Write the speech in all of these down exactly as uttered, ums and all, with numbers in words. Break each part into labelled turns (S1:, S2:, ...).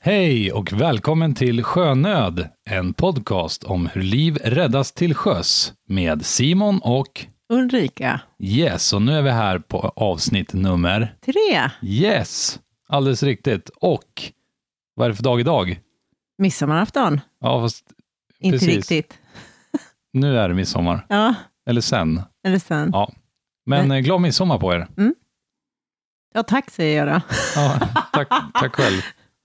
S1: Hej och välkommen till Sjönöd, en podcast om hur liv räddas till sjöss med Simon och
S2: Ulrika.
S1: Yes, och nu är vi här på avsnitt nummer
S2: Tre.
S1: Yes, alldeles riktigt. Och vad är det för dag idag?
S2: Midsommarafton.
S1: Ja, fast
S2: Inte
S1: precis.
S2: riktigt.
S1: Nu är det midsommar.
S2: Ja,
S1: Eller sen.
S2: eller sen.
S1: Ja. Men
S2: Nej.
S1: glad midsommar på er.
S2: Mm. Ja, tack säger jag då.
S1: Ja, tack, tack själv.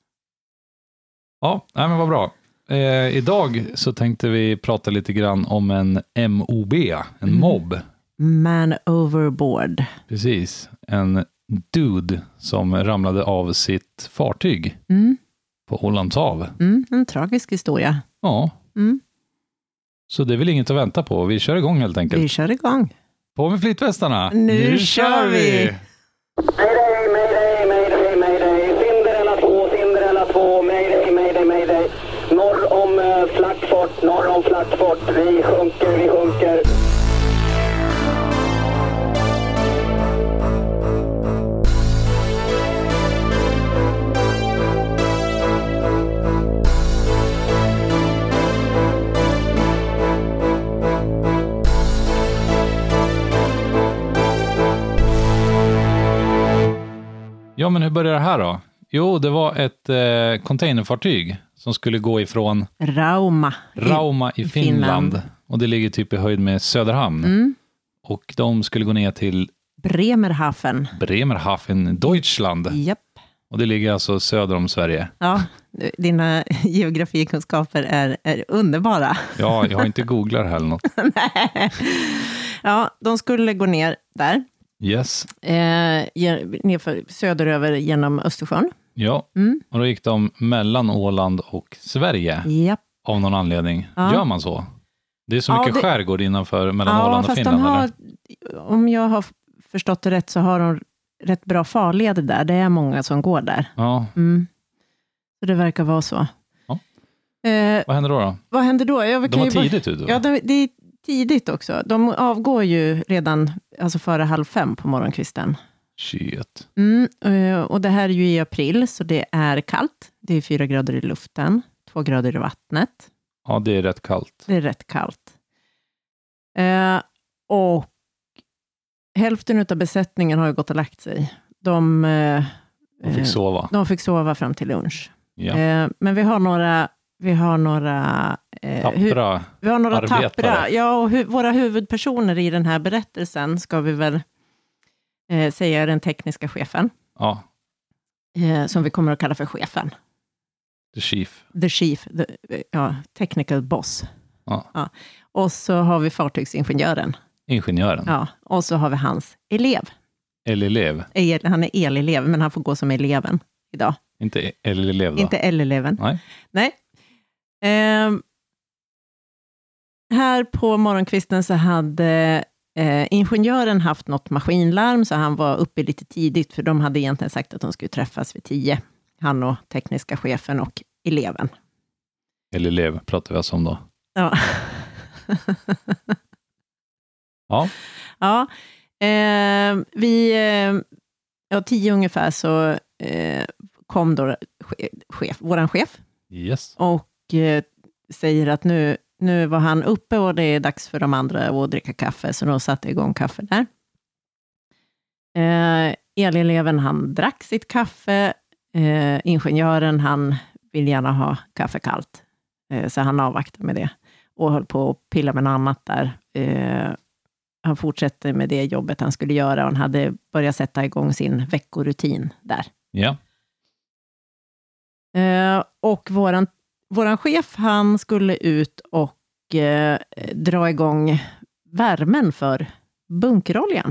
S1: Ja, nej, men vad bra. Eh, idag så tänkte vi prata lite grann om en M O B, en
S2: Mm.
S1: mobb.
S2: Man overboard.
S1: Precis, en dude som ramlade av sitt fartyg
S2: Mm.
S1: på Ålands hav.
S2: Mm. En tragisk historia.
S1: Ja,
S2: Mm.
S1: så det är väl inget att vänta på. Vi kör igång helt enkelt.
S2: Vi kör igång.
S1: På med flytvästarna.
S2: Nu kör vi!
S3: Mayday, mayday, mayday, mayday. Cinderella två, Cinderella två. Mayday, mayday, mayday. Norr om uh, Flackfort, norr om Flackfort. Vi sjunker, vi sjunker.
S1: Ja, men hur börjar det här då? Jo, det var ett eh, containerfartyg som skulle gå ifrån
S2: Rauma.
S1: Rauma i,
S2: i
S1: Finland.
S2: Finland.
S1: Och det ligger typ i höjd med Söderhamn.
S2: Mm.
S1: Och de skulle gå ner till
S2: Bremerhaven.
S1: Bremerhaven, Deutschland.
S2: Japp.
S1: Och det ligger alltså söder om Sverige.
S2: Ja, dina geografikunskaper är, är underbara.
S1: Ja, jag har inte googlat det här eller något.
S2: Nej. Ja, de skulle gå ner där.
S1: Yes.
S2: Eh, ge- nerför, söderöver genom Östersjön.
S1: Ja,
S2: Mm.
S1: och då gick de mellan Åland och Sverige
S2: Japp.
S1: av någon anledning.
S2: Ja.
S1: Gör man så? Det är så
S2: Ja,
S1: mycket
S2: det-
S1: skärgård innanför mellan
S2: Ja,
S1: Åland och
S2: fast
S1: Finland.
S2: de har,
S1: eller?
S2: om jag har förstått det rätt så har de rätt bra farleder där. Det är många som går där.
S1: Ja,
S2: Mm. Så det verkar vara så.
S1: Ja.
S2: Eh,
S1: vad händer då? då?
S2: vad händer då? Jag
S1: De
S2: kan
S1: var
S2: ju bara-
S1: tidigt ute. va?
S2: Ja, det, det är tidigt också. De avgår ju redan alltså före halv fem på morgonkvisten.
S1: Shit.
S2: Mm, eh, och det här är ju i april, så det är kallt. Det är fyra grader i luften, två grader i vattnet.
S1: Ja, det är rätt kallt.
S2: Det är rätt kallt. Eh, och hälften av besättningen har ju gått och lagt sig. De, eh,
S1: De fick
S2: eh,
S1: sova.
S2: de fick sova fram till lunch.
S1: Ja.
S2: Eh, men vi har några, vi har några, eh, hu-
S1: Tappra.
S2: vi har några
S1: arbetare.
S2: tappra. Ja, och hu- våra huvudpersoner i den här berättelsen ska vi väl eh, säga är den tekniska chefen,
S1: Ja,
S2: eh, som vi kommer att kalla för chefen.
S1: the chief.
S2: The chief, the, ja, technical boss.
S1: Ja.
S2: Och så har vi fartygsingenjören.
S1: Ingenjören.
S2: Ja, och så har vi hans elev.
S1: Eller elev.
S2: El, han är elelev, men han får gå som eleven idag.
S1: Inte eller elev då.
S2: Inte L-eleven.
S1: Nej.
S2: Nej. Ehm, här på morgonkvisten så hade eh, ingenjören haft något maskinlarm, så han var uppe lite tidigt, för de hade egentligen sagt att de skulle träffas vid tio. Han och tekniska chefen och eleven.
S1: Eller elev pratar vi alltså om då.
S2: Ja.
S1: Ja.
S2: Ja, eh, vi, eh, ja, tio ungefär så eh, kom då chef, våran chef
S1: Yes.
S2: och eh, säger att nu, nu var han uppe och det är dags för de andra att dricka kaffe, så de satte igång kaffe där. Eh, eleleven han drack sitt kaffe, eh, ingenjören han vill gärna ha kaffe kallt, eh, så han avvaktade med det och höll på att pilla med något annat där. Eh, Han fortsatte med det jobbet han skulle göra, och han hade börjat sätta igång sin veckorutin där.
S1: Ja.
S2: Eh, och våran, våran chef, han skulle ut och eh, dra igång värmen för bunkeroljan.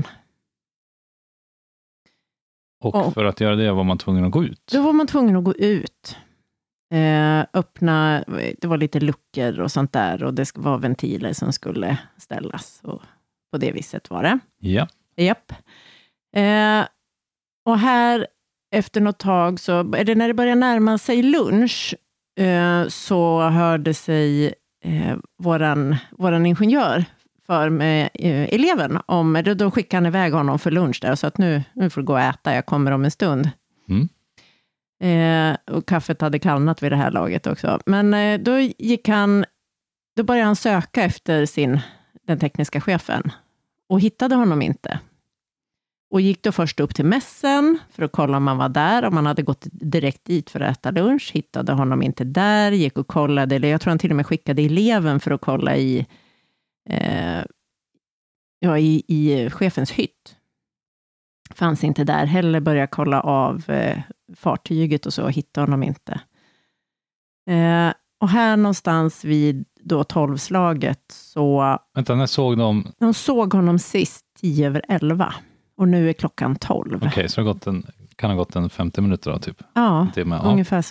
S1: Och
S2: Och-
S1: för att göra det var man tvungen att gå ut.
S2: Då var man tvungen att gå ut. Eh, öppna, det var lite luckor och sånt där, och det var ventiler som skulle ställas, och på det viset var det.
S1: Ja.
S2: Japp. Eh, och här efter något tag, så är det när det börjar närma sig lunch, eh, så hörde sig eh, våran, våran ingenjör för med eh, eleven om, då, då skickade han iväg honom för lunch där och sa att nu, nu får du gå och äta, jag kommer om en stund.
S1: Mm.
S2: Eh, och kaffet hade kallnat vid det här laget också. Men eh, då gick han, då började han söka efter sin, den tekniska chefen. Och hittade honom inte. Och gick då först upp till mässen för att kolla om han var där. Om han hade gått direkt dit för att äta lunch. Hittade honom inte där. Gick och kollade, eller jag tror han till och med skickade eleven för att kolla i, eh, ja, i, i chefens hytt. Fanns inte där heller. Började kolla av eh, fartyget och så. Hittade honom inte. Eh, och här någonstans vid då tolvslaget så...
S1: Vänta, när såg de...
S2: De såg honom sist tio över elva. Och nu är klockan tolv.
S1: Okej, okay, så det har gått en, kan ha gått en femtio minuter då, typ?
S2: Ja,
S1: timme,
S2: ungefär
S1: ja.
S2: så.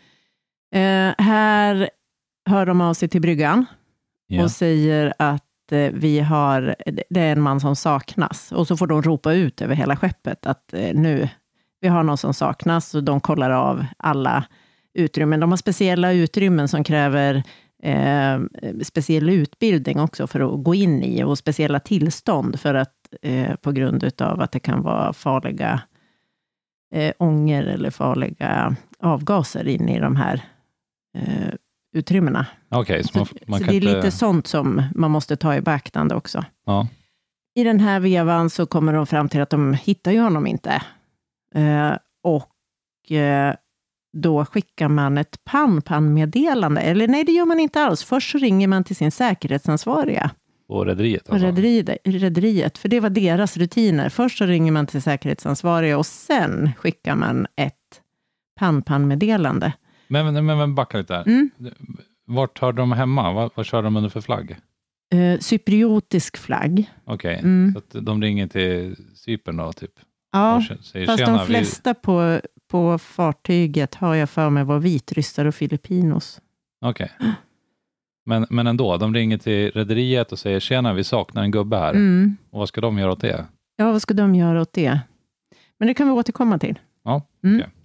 S2: Eh, här hör de av sig till bryggan. Yeah. Och säger att eh, vi har... Det är en man som saknas. Och så får de ropa ut över hela skeppet att eh, nu... Vi har någon som saknas. Och de kollar av alla utrymmen. De har speciella utrymmen som kräver... Eh, speciell utbildning också för att gå in i och speciella tillstånd för att eh, på grund utav att det kan vara farliga eh, ånger eller farliga avgaser in i de här eh, utrymmena.
S1: Okay, så man, man
S2: så
S1: kan
S2: det är
S1: inte...
S2: lite sånt som man måste ta i beaktande också.
S1: Ja.
S2: I den här vevan så kommer de fram till att de hittar ju honom inte. Eh, och eh, då skickar man ett pan-pan-meddelande. Eller nej, det gör man inte alls. Först så ringer man till sin säkerhetsansvariga.
S1: Och rederiet
S2: alltså? Och rederiet, rederiet, för det var deras rutiner. Först så ringer man till säkerhetsansvariga och sen skickar man ett pan-pan-meddelande.
S1: Men, men, men backa lite där.
S2: Mm.
S1: Vart har de hemma? Vad, vad kör de under för flagg?
S2: Uh, cypriotisk flagg.
S1: Okej, okay.
S2: mm.
S1: Så att de ringer till Cypern då, typ?
S2: Ja,
S1: säger,
S2: fast
S1: tjena,
S2: de flesta vi... på, på fartyget har jag för mig var vitryssar och filipinos.
S1: Okej. Okay. Men, men ändå, de ringer till rederiet och säger, tjena, vi saknar en gubbe här.
S2: Mm.
S1: Och vad ska de göra åt det?
S2: Ja, vad ska de göra åt det? Men det kan vi återkomma till.
S1: Ja,
S2: mm.
S1: okej. Okay.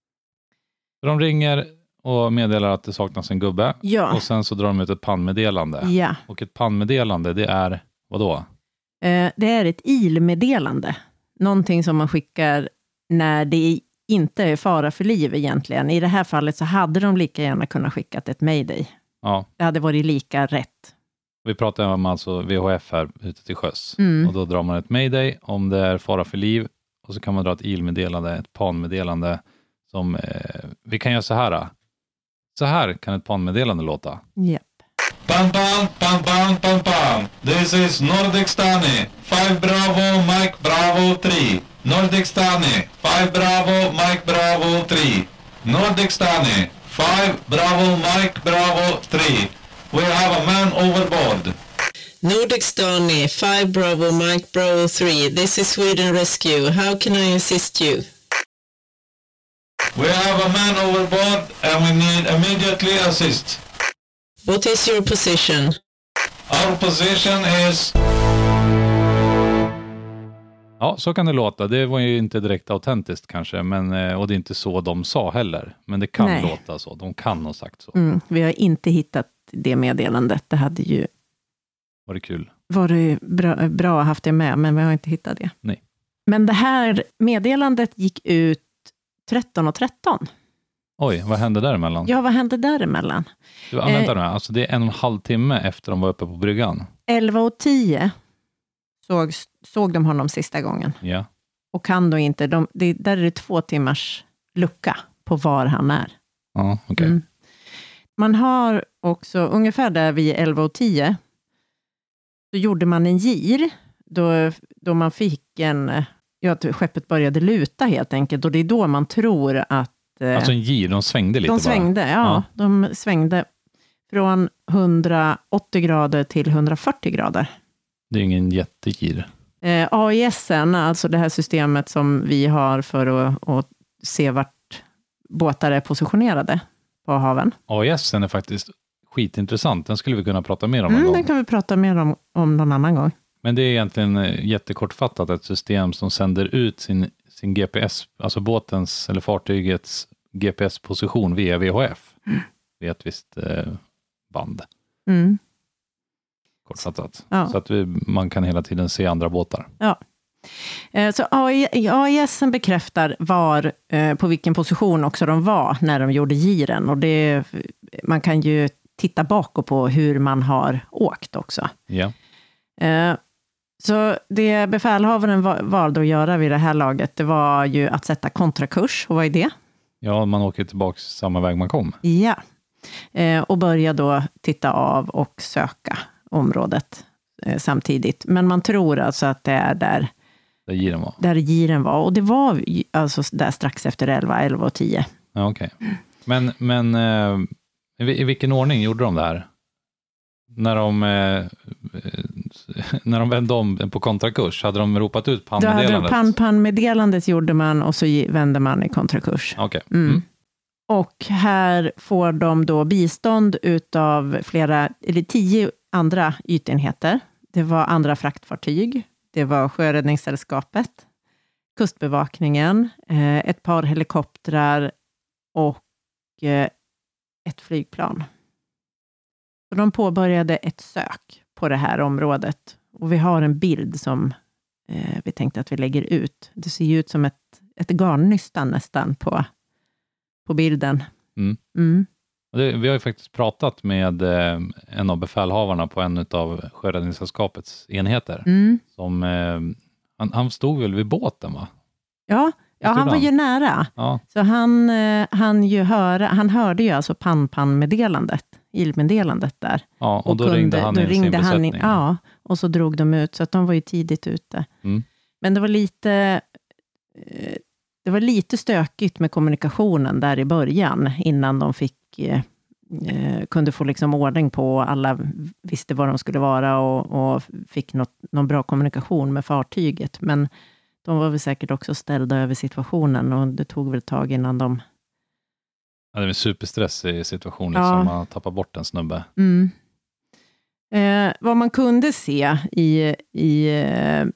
S1: Så de ringer och meddelar att det saknas en gubbe.
S2: Ja.
S1: Och sen så drar de ut ett pannmeddelande.
S2: Ja.
S1: Och ett pannmeddelande, det är, vad då?
S2: Eh, det är ett ilmeddelande. Någonting som man skickar när det inte är fara för liv egentligen. I det här fallet så hade de lika gärna kunnat skicka ett mayday.
S1: Ja.
S2: Det hade varit lika rätt.
S1: Vi pratar om alltså V H F här ute till sjöss.
S2: Mm.
S1: Och då drar man ett mayday om det är fara för liv. Och så kan man dra ett ilmeddelande, ett panmeddelande. Som, eh, vi kan göra så här. Så här kan ett panmeddelande låta.
S2: Yep.
S4: Pam pam pam pam pam pam. This is Nordic Stani. Five Bravo, Mike Bravo three. Nordic Stani. Five Bravo, Mike Bravo three. Nordic Stani. Five Bravo, Mike Bravo three. We have a man overboard.
S5: Nordic Stani, five Bravo, Mike Bravo three. This is Sweden Rescue. How can I assist you?
S4: We have a man overboard and we need immediately assist.
S5: What is your position?
S4: Our position is...
S1: Ja, så kan det låta. Det var ju inte direkt autentiskt kanske, men, och det är inte så de sa heller. Men det kan
S2: Nej.
S1: låta så. De kan ha sagt så.
S2: Mm, vi har inte hittat det meddelandet. Det hade ju
S1: Var det kul?
S2: varit bra, bra att haft det med, men vi har inte hittat det.
S1: Nej.
S2: Men det här meddelandet gick ut tretton och tretton.
S1: Oj, vad hände däremellan?
S2: Ja, vad hände däremellan?
S1: Du, vänta eh, nu, alltså det är en och en halv timme efter de var uppe på bryggan.
S2: elva och tio såg, såg de honom sista gången.
S1: Ja.
S2: Och kan då inte, de, det, där är det två timmars lucka på var han är.
S1: Ja, okej. Okay.
S2: Mm. Man har också, ungefär där vid elva och tio, så gjorde man en gir, då, då man fick en, ja, att skeppet började luta helt enkelt, och det är då man tror att
S1: alltså en gir, de svängde lite
S2: De svängde,
S1: bara.
S2: ja, ja. De svängde från hundraåttio grader till hundrafyrtio grader.
S1: Det är ingen jättegir.
S2: Eh, A I S-en, alltså det här systemet som vi har för att, att se vart båtar är positionerade på haven.
S1: A I S-en är faktiskt skitintressant. Den skulle vi kunna prata mer om
S2: mm,
S1: en gång.
S2: Den kan vi prata mer om, om någon annan gång.
S1: Men det är egentligen jättekortfattat ett system som sänder ut sin, sin G P S, alltså båtens eller fartygets G P S-position via V H F. Mm. Via ett visst eh, band.
S2: Mm.
S1: Kortfattat.
S2: Ja.
S1: Så att vi, man kan hela tiden se andra båtar.
S2: Ja. Eh, så A I S bekräftar var, eh, på vilken position också de var när de gjorde giren. Och det, man kan ju titta bakåt på hur man har åkt också.
S1: Ja.
S2: Eh, så det befälhavaren va- valde att göra vid det här laget, det var ju att sätta kontrakurs. Och vad är det?
S1: Ja, man åker tillbaka samma väg man kom.
S2: Ja. Eh, och börja då titta av och söka området eh, samtidigt. Men man tror alltså att det är där
S1: Där giren var.
S2: Där giren var. Och det var ju alltså där strax efter elva, elva och tio.
S1: Ja, okej. Okay. Men, men eh, i, i vilken ordning gjorde de det här? När de, eh, när de vände om på kontrakurs, hade de ropat ut pannmeddelandet?
S2: Pan, pannmeddelandet gjorde man och så vände man i kontrakurs.
S1: Okej. Okay.
S2: Mm.
S1: Mm.
S2: Och här får de då bistånd utav flera, eller tio andra ytenheter. Det var andra fraktfartyg, det var Sjöräddningssällskapet, Kustbevakningen, eh, ett par helikoptrar och eh, ett flygplan. Så de påbörjade ett sök på det här området. Och vi har en bild som eh, vi tänkte att vi lägger ut. Det ser ju ut som ett, ett garnnystan nästan på, på bilden.
S1: Mm.
S2: Mm.
S1: Och det, vi har ju faktiskt pratat med eh, en av befälhavarna på en av Sjöräddningssällskapets enheter.
S2: Mm.
S1: Som, eh, han, han stod väl vid båten, va?
S2: Ja, ja han var ju nära.
S1: Ja.
S2: Så han, eh, han, ju höra, han hörde ju alltså pan-pan-meddelandet, ilmeddelandet där.
S1: Ja, och,
S2: Och
S1: då
S2: kunde,
S1: ringde han
S2: då
S1: in
S2: ringde
S1: sin
S2: han
S1: besättning.
S2: in, ja, och så drog de ut, så att de var ju tidigt ute.
S1: Mm.
S2: Men det var lite eh, det var lite stökigt med kommunikationen där i början, innan de fick eh, kunde få liksom ordning på, alla visste var de skulle vara och, och fick något, någon bra kommunikation med fartyget. Men de var väl säkert också ställda över situationen och det tog väl ett tag innan de...
S1: Ja, det är en superstress i situationen,
S2: Ja.
S1: som man tappar bort en snubbe.
S2: Mm. Eh, vad man kunde se i... i eh,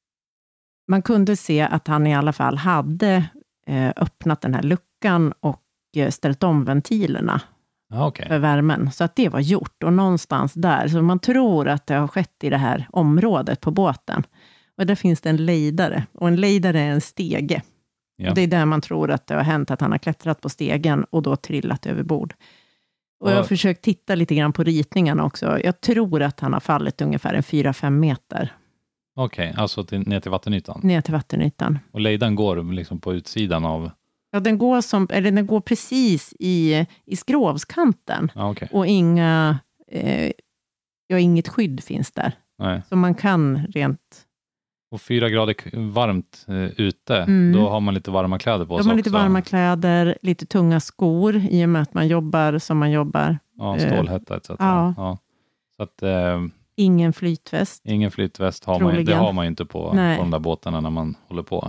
S2: man kunde se att han i alla fall hade eh, öppnat den här luckan och eh, ställt om ventilerna
S1: Ja, okej.
S2: för värmen. Så att det var gjort. Och någonstans där, så man tror att det har skett i det här området på båten. Och där finns det en lejdare. Och en lejdare är en stege.
S1: Ja.
S2: Och det är där man tror att det har hänt, att han har klättrat på stegen och då trillat över bord. Och jag har
S1: Ja.
S2: försökt titta lite grann på ritningarna också. Jag tror att han har fallit ungefär en fyra fem meter
S1: Okej, alltså till, ner till vattenytan.
S2: ner till vattenytan.
S1: Och lejdan går liksom på utsidan av...
S2: Ja, den går, som, eller den går precis i, i skrovskanten.
S1: Ja, okej.
S2: Och inga, eh, ja, inget skydd finns där.
S1: Nej.
S2: Så man kan rent...
S1: Och fyra grader k- varmt eh, ute,
S2: Mm.
S1: då har man lite varma kläder på
S2: Då har
S1: sig
S2: man lite
S1: också.
S2: varma kläder, lite tunga skor, i och med att man jobbar som man jobbar.
S1: Ja,
S2: eh,
S1: stålhätta et cetera.
S2: ja.
S1: Ja. Så att eh,
S2: Ingen flytväst.
S1: ingen flytväst har man, ju- det
S2: Troligen.
S1: har man ju inte på,
S2: Nej.
S1: på de där båtarna när man håller på.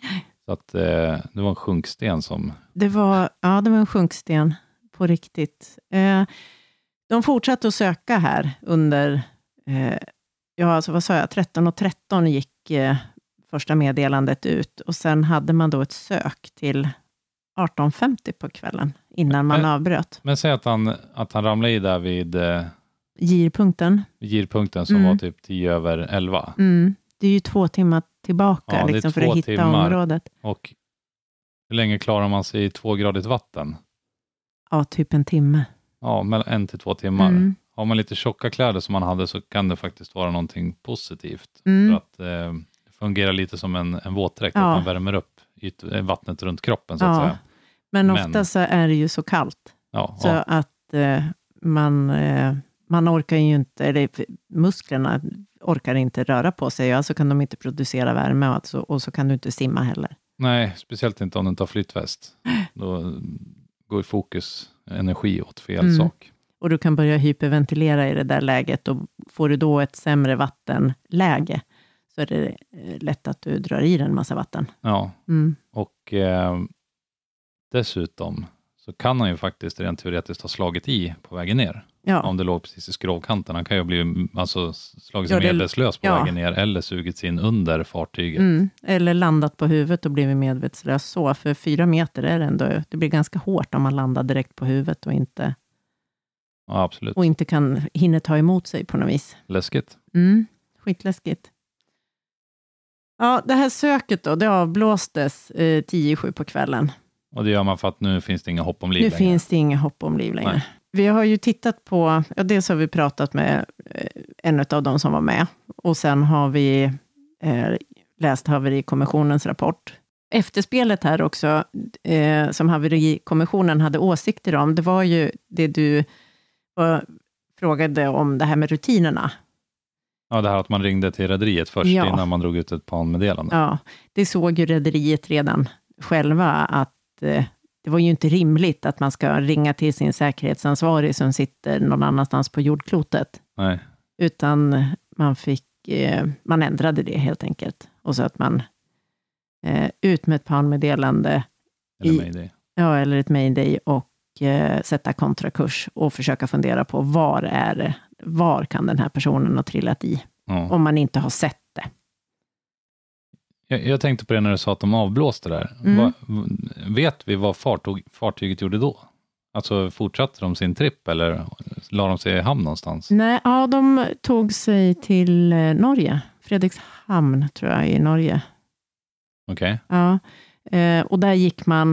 S1: Så att eh, det var en sjunksten som...
S2: Det var, ja, det var en sjunksten på riktigt. Eh, de fortsatte att söka här under, eh, ja, alltså vad sa jag, tretton och tretton gick eh, första meddelandet ut. Och sen hade man då ett sök till arton femtio på kvällen innan man
S1: Men-
S2: avbröt.
S1: Men säg att han, att han ramlade i där vid eh,
S2: Girpunkten.
S1: girpunkten som
S2: Mm.
S1: var typ tio över elva.
S2: Mm. Det är ju två timmar tillbaka
S1: Ja, det är
S2: liksom, för
S1: två
S2: att hitta
S1: timmar.
S2: området.
S1: Och hur länge klarar man sig i tvågradigt vatten?
S2: Ja, typ en timme.
S1: Ja, mellan en till två timmar.
S2: Mm.
S1: Har man lite tjocka kläder som man hade, så kan det faktiskt vara någonting positivt.
S2: Mm.
S1: För att eh, det fungerar lite som en, en våtdräkt,
S2: Ja.
S1: att man värmer upp yt, eh, vattnet runt kroppen så att
S2: Ja.
S1: säga.
S2: Men,
S1: Men-
S2: ofta så är det ju så kallt.
S1: Ja,
S2: Så
S1: ja.
S2: att eh, man, eh, man orkar ju inte, eller musklerna orkar inte röra på sig. Alltså kan de inte producera värme och, alltså, och så kan du inte simma heller.
S1: Nej, speciellt inte om du inte har flytväst. Då går fokus, energi åt fel
S2: Mm.
S1: sak.
S2: Och du kan börja hyperventilera i det där läget. Och får du då ett sämre vattenläge så är det eh, lätt att du drar i dig en massa vatten.
S1: Ja,
S2: Mm.
S1: och eh, dessutom så kan han ju faktiskt rent teoretiskt ha slagit i på vägen ner.
S2: Ja.
S1: Om det låg precis i skrovkanten. Han kan ju bli alltså, slagit sig
S2: Ja, det-
S1: medvetslös på
S2: ja.
S1: vägen ner eller sugits in under fartyget.
S2: Mm. Eller landat på huvudet och blivit medvetslös så. För fyra meter är det ändå, det blir ganska hårt om man landar direkt på huvudet och inte,
S1: Ja, absolut.
S2: och inte kan hinna ta emot sig på något vis.
S1: Läskigt.
S2: Mm. Skitläskigt. Ja, det här söket då, det avblåstes eh, tio sju på kvällen.
S1: Och det gör man för att nu finns det inga hopp om liv
S2: Nu
S1: längre.
S2: finns det inga hopp om liv längre.
S1: Nej.
S2: Vi har ju tittat på, ja, dels har vi pratat med eh, en av dem som var med. Och sen har vi eh, läst haverikommissionens rapport. Efterspelet här också, eh, som haverikommissionen hade åsikter om, det var ju det du var, frågade om, det här med rutinerna.
S1: Ja, det här att man ringde till rederiet först
S2: Ja.
S1: innan man drog ut ett panmeddelande.
S2: Ja, det såg ju rederiet redan själva att eh, det var ju inte rimligt att man ska ringa till sin säkerhetsansvarig som sitter någon annanstans på jordklotet.
S1: Nej.
S2: Utan man fick, eh, man ändrade det helt enkelt. Och så att man eh, ut med ett panmeddelande
S1: Eller
S2: i-
S1: mayday.
S2: ja, eller ett mayday och eh, sätta kontrakurs och försöka fundera på var är det, var kan den här personen ha trillat i
S1: Ja.
S2: om man inte har sett det.
S1: Jag, jag tänkte på det när du sa att de avblåste där.
S2: Mm.
S1: Va, vet vi vad fartog, fartyget gjorde då? Alltså fortsatte de sin tripp eller la de sig i hamn någonstans?
S2: Nej, ja, de tog sig till eh, Norge. Fredrikshamn tror jag i Norge.
S1: Okej.
S2: Ja, eh, och där gick man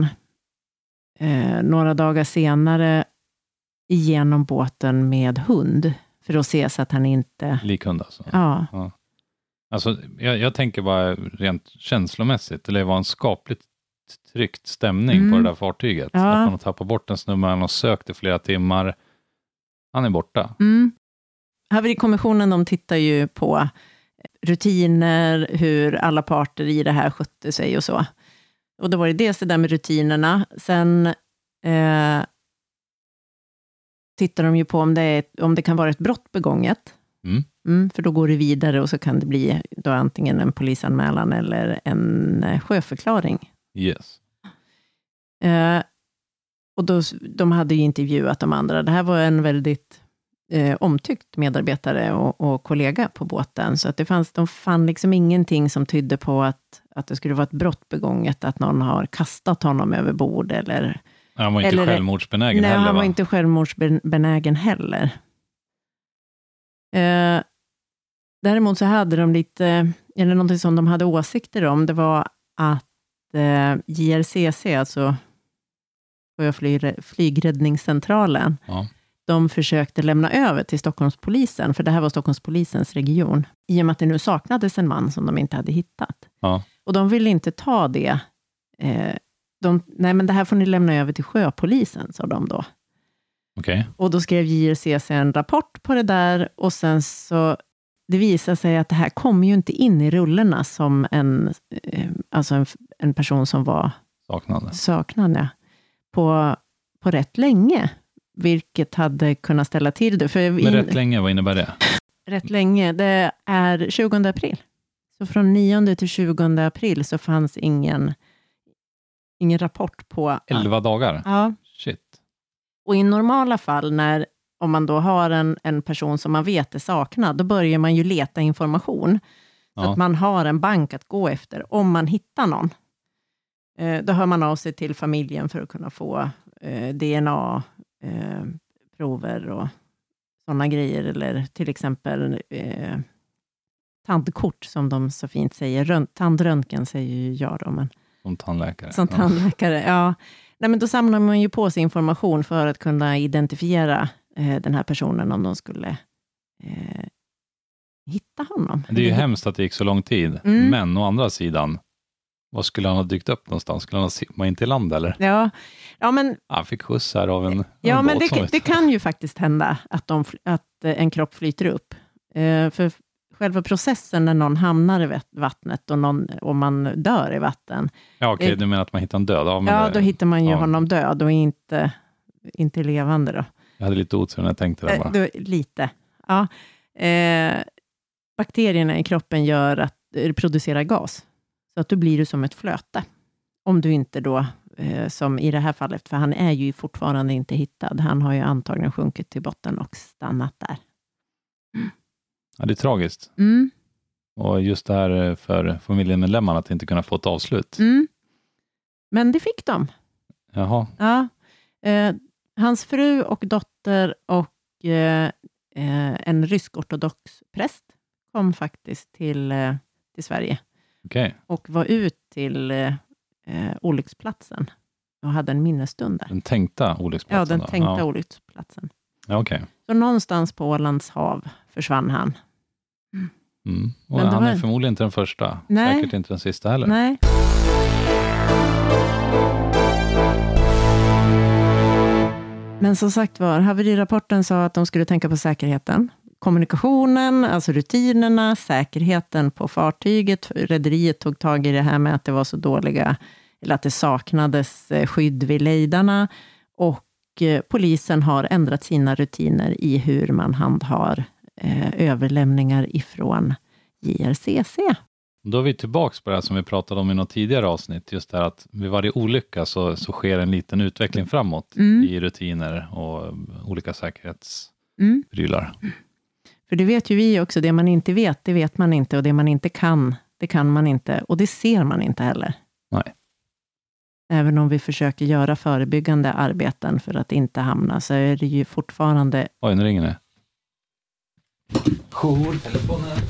S2: eh, några dagar senare igenom båten med hund för att se så att han inte...
S1: Likhund alltså.
S2: Ja,
S1: Alltså, jag, jag tänker bara rent känslomässigt, det var en skapligt tryckt stämning
S2: Mm.
S1: på det där fartyget.
S2: Ja.
S1: Att man har tappat bort en snubbe, han har sökt i flera timmar. Han är borta.
S2: mm. Haverikommissionen, de tittar ju på rutiner, hur alla parter i det här skötte sig och så. Och då var det dels det där med rutinerna. Sen eh, tittar de ju på om det, är, om det kan vara ett brott begånget.
S1: Mm.
S2: Mm, för då går det vidare och så kan det bli då antingen en polisanmälan eller en eh, sjöförklaring.
S1: Yes.
S2: Eh, och då, de hade ju intervjuat de andra. Det här var en väldigt eh, omtyckt medarbetare och, och kollega på båten. Så att det fanns, de fann liksom ingenting som tydde på att, att det skulle vara ett brott begånget. Att någon har kastat honom över bord. Eller,
S1: Han var inte
S2: Eller-
S1: självmordsbenägen
S2: nej,
S1: heller,
S2: han
S1: va?
S2: var inte självmordsbenägen heller. Eh, däremot så hade de lite, eller någonting som de hade åsikter om, det var att eh, J R C C, alltså Sjöflyg- flygräddningscentralen,
S1: Ja.
S2: de försökte lämna över till Stockholmspolisen, för det här var Stockholmspolisens region, i och med att det nu saknades en man som de inte hade hittat.
S1: Ja.
S2: Och de ville inte ta det. Eh, de, nej, men det här får ni lämna över till sjöpolisen, sa de då.
S1: Okej.
S2: Och då skrev J R C C en rapport på det där, och sen så, det visade sig att det här kom ju inte in i rullerna som en, eh, alltså en, en person som var
S1: Saknade.
S2: saknad, ja, på, på rätt länge, vilket hade kunnat ställa till det. För
S1: Men
S2: in,
S1: rätt länge, vad innebär det?
S2: rätt länge, det är tjugonde april. Så från nionde till tjugonde april så fanns ingen, ingen rapport på...
S1: Elva dagar?
S2: Ja,
S1: Shit.
S2: och i normala fall, när, om man då har en, en person som man vet är saknad, då börjar man ju leta information. Så
S1: Ja.
S2: att man har en bank att gå efter om man hittar någon. Eh, då hör man av sig till familjen för att kunna få eh, D N A-prover och sådana grejer. Eller till exempel eh, tandkort, som de så fint säger. Rön- tandröntgen säger ju jag då, men
S1: Som tandläkare.
S2: som
S1: Ja.
S2: tandläkare, ja. Nej, men då samlar man ju på sig information för att kunna identifiera eh, den här personen om de skulle eh, hitta honom.
S1: Det är ju
S2: Eller-
S1: hemskt att det gick så lång tid.
S2: Mm.
S1: Men å andra sidan, vad skulle han ha dykt upp någonstans? Skulle han ha simmat in till land eller?
S2: Ja, ja men,
S1: Han fick skjuts här av en, av
S2: ja,
S1: en
S2: men
S1: båt
S2: det,
S1: som
S2: det kan ju faktiskt hända att, de, fl- att eh, en kropp flyter upp. Eh, för själva processen när någon hamnar i vat- vattnet och, någon, och man dör i vatten,
S1: Ja, okej,
S2: eh,
S1: du menar att man hittar en död? Ja, men
S2: ja,
S1: det,
S2: då hittar man ju
S1: ja.
S2: honom död och inte, inte levande då.
S1: Jag hade lite otur när jag tänkte det
S2: Eh,
S1: bara.
S2: då, lite. Ja. Eh, bakterierna i kroppen gör att det producerar gas. Så att då blir du som ett flöte. Om du inte då, eh, som i det här fallet, för han är ju fortfarande inte hittad. Han har ju antagligen sjunkit till botten och stannat där.
S1: Ja, det är tragiskt.
S2: Mm.
S1: Och just det här för familjemedlemmarna att inte kunna få ett avslut.
S2: Mm. Men det fick de.
S1: Jaha,
S2: Ja. Eh, hans fru och dotter och eh, eh, en rysk-ortodox präst kom faktiskt till, eh, till Sverige
S1: Okej.
S2: Och var ut till eh, olycksplatsen. Och hade en minnesstund där.
S1: Den tänkta olycksplatsen?
S2: Ja, den
S1: då?
S2: tänkta
S1: ja.
S2: olycksplatsen.
S1: Ja, okej.
S2: Så någonstans på Ålands hav försvann han.
S1: Mm. Och
S2: Men det
S1: han
S2: var-
S1: är förmodligen inte den första.
S2: Nej.
S1: Säkert inte den sista heller.
S2: Nej. Men som sagt var, haverirapporten sa att de skulle tänka på säkerheten. Kommunikationen, alltså rutinerna, säkerheten på fartyget. Rederiet tog tag i det här med att det var så dåliga, eller att det saknades eh, skydd vid lejdarna. Och eh, polisen har ändrat sina rutiner i hur man handhar eh, överlämningar ifrån J R C C.
S1: Då är vi tillbaka på det här som vi pratade om i något tidigare avsnitt. Just det här att vid varje olycka så, så sker en liten utveckling framåt
S2: Mm.
S1: i rutiner och olika säkerhetsprylar.
S2: Mm. För det vet ju vi också, det man inte vet, det vet man inte. Och det man inte kan, det kan man inte. Och det ser man inte heller.
S1: Nej.
S2: Även om vi försöker göra förebyggande arbeten för att inte hamna, så är det ju fortfarande...
S1: Oj, nu ringer det. Jourtelefonen.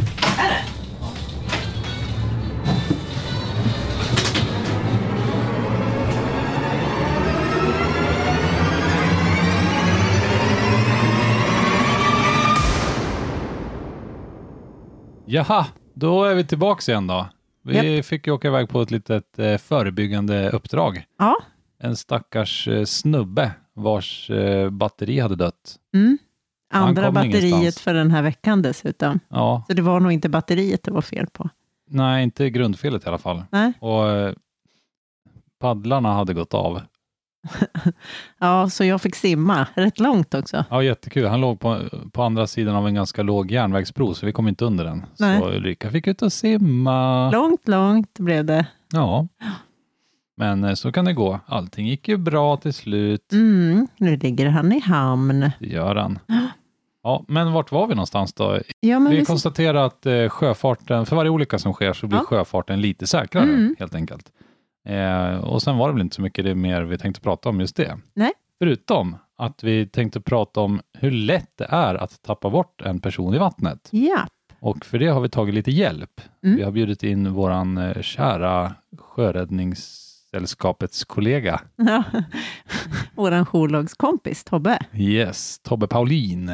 S1: Jaha, då är vi tillbaka igen då. Vi fick ju åka iväg på ett litet eh, förebyggande uppdrag.
S2: Ja.
S1: En stackars eh, snubbe vars eh, batteri hade dött.
S2: Mm.
S1: Han
S2: Andra
S1: kom
S2: batteriet
S1: ingenstans.
S2: för den här veckan dessutom.
S1: Ja,
S2: Så det var nog inte batteriet det var fel på.
S1: nej, inte grundfelet i alla fall.
S2: Nej.
S1: Och eh, paddlarna hade gått av.
S2: Ja, så jag fick simma rätt långt också.
S1: Ja, jättekul. Han låg på, på andra sidan av en ganska låg järnvägsbro, så vi kom inte under den.
S2: Nej.
S1: Så Ulrika fick ut och simma.
S2: Långt, långt blev det.
S1: Ja. Men eh, så kan det gå. Allting gick ju bra till slut.
S2: Mm, nu ligger han i hamn.
S1: Det gör han. Ja, men vart var vi någonstans då?
S2: Ja, men
S1: Vi
S2: vi...
S1: konstaterar att eh, sjöfarten, för varje olycka som sker så blir
S2: Ja.
S1: sjöfarten lite säkrare,
S2: Mm.
S1: helt enkelt. Eh, och sen var det väl inte så mycket det mer vi tänkte prata om just det.
S2: Nej.
S1: Förutom att vi tänkte prata om hur lätt det är att tappa bort en person i vattnet.
S2: Ja.
S1: Och för det har vi tagit lite hjälp.
S2: Mm.
S1: Vi har bjudit in våran eh, kära sjöräddningssällskapets kollega.
S2: Ja. Våran jourlagskompis Tobbe.
S1: Yes, Tobbe Paulin.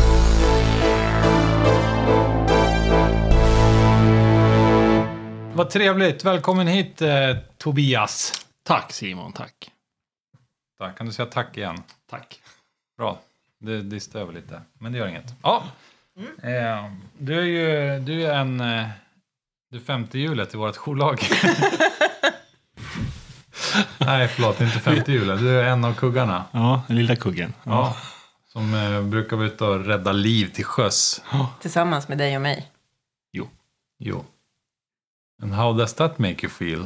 S1: Vad trevligt. Välkommen hit eh, Tobias.
S6: Tack Simon, tack.
S1: Tack. Kan du säga tack igen?
S6: Tack.
S1: Bra. Det distar över lite. Men det gör inget. Ja. Eh, du är ju du är en eh, du är femte hjulet i vårt jourlag. Nej, förlåt. Inte femte hjulet. Du är en av kuggarna.
S6: Ja, den lilla kuggen.
S1: Ja. Som eh, brukar vara ute och rädda liv till sjöss.
S2: Tillsammans med dig och mig.
S6: Jo.
S1: Jo. And how does that make you feel?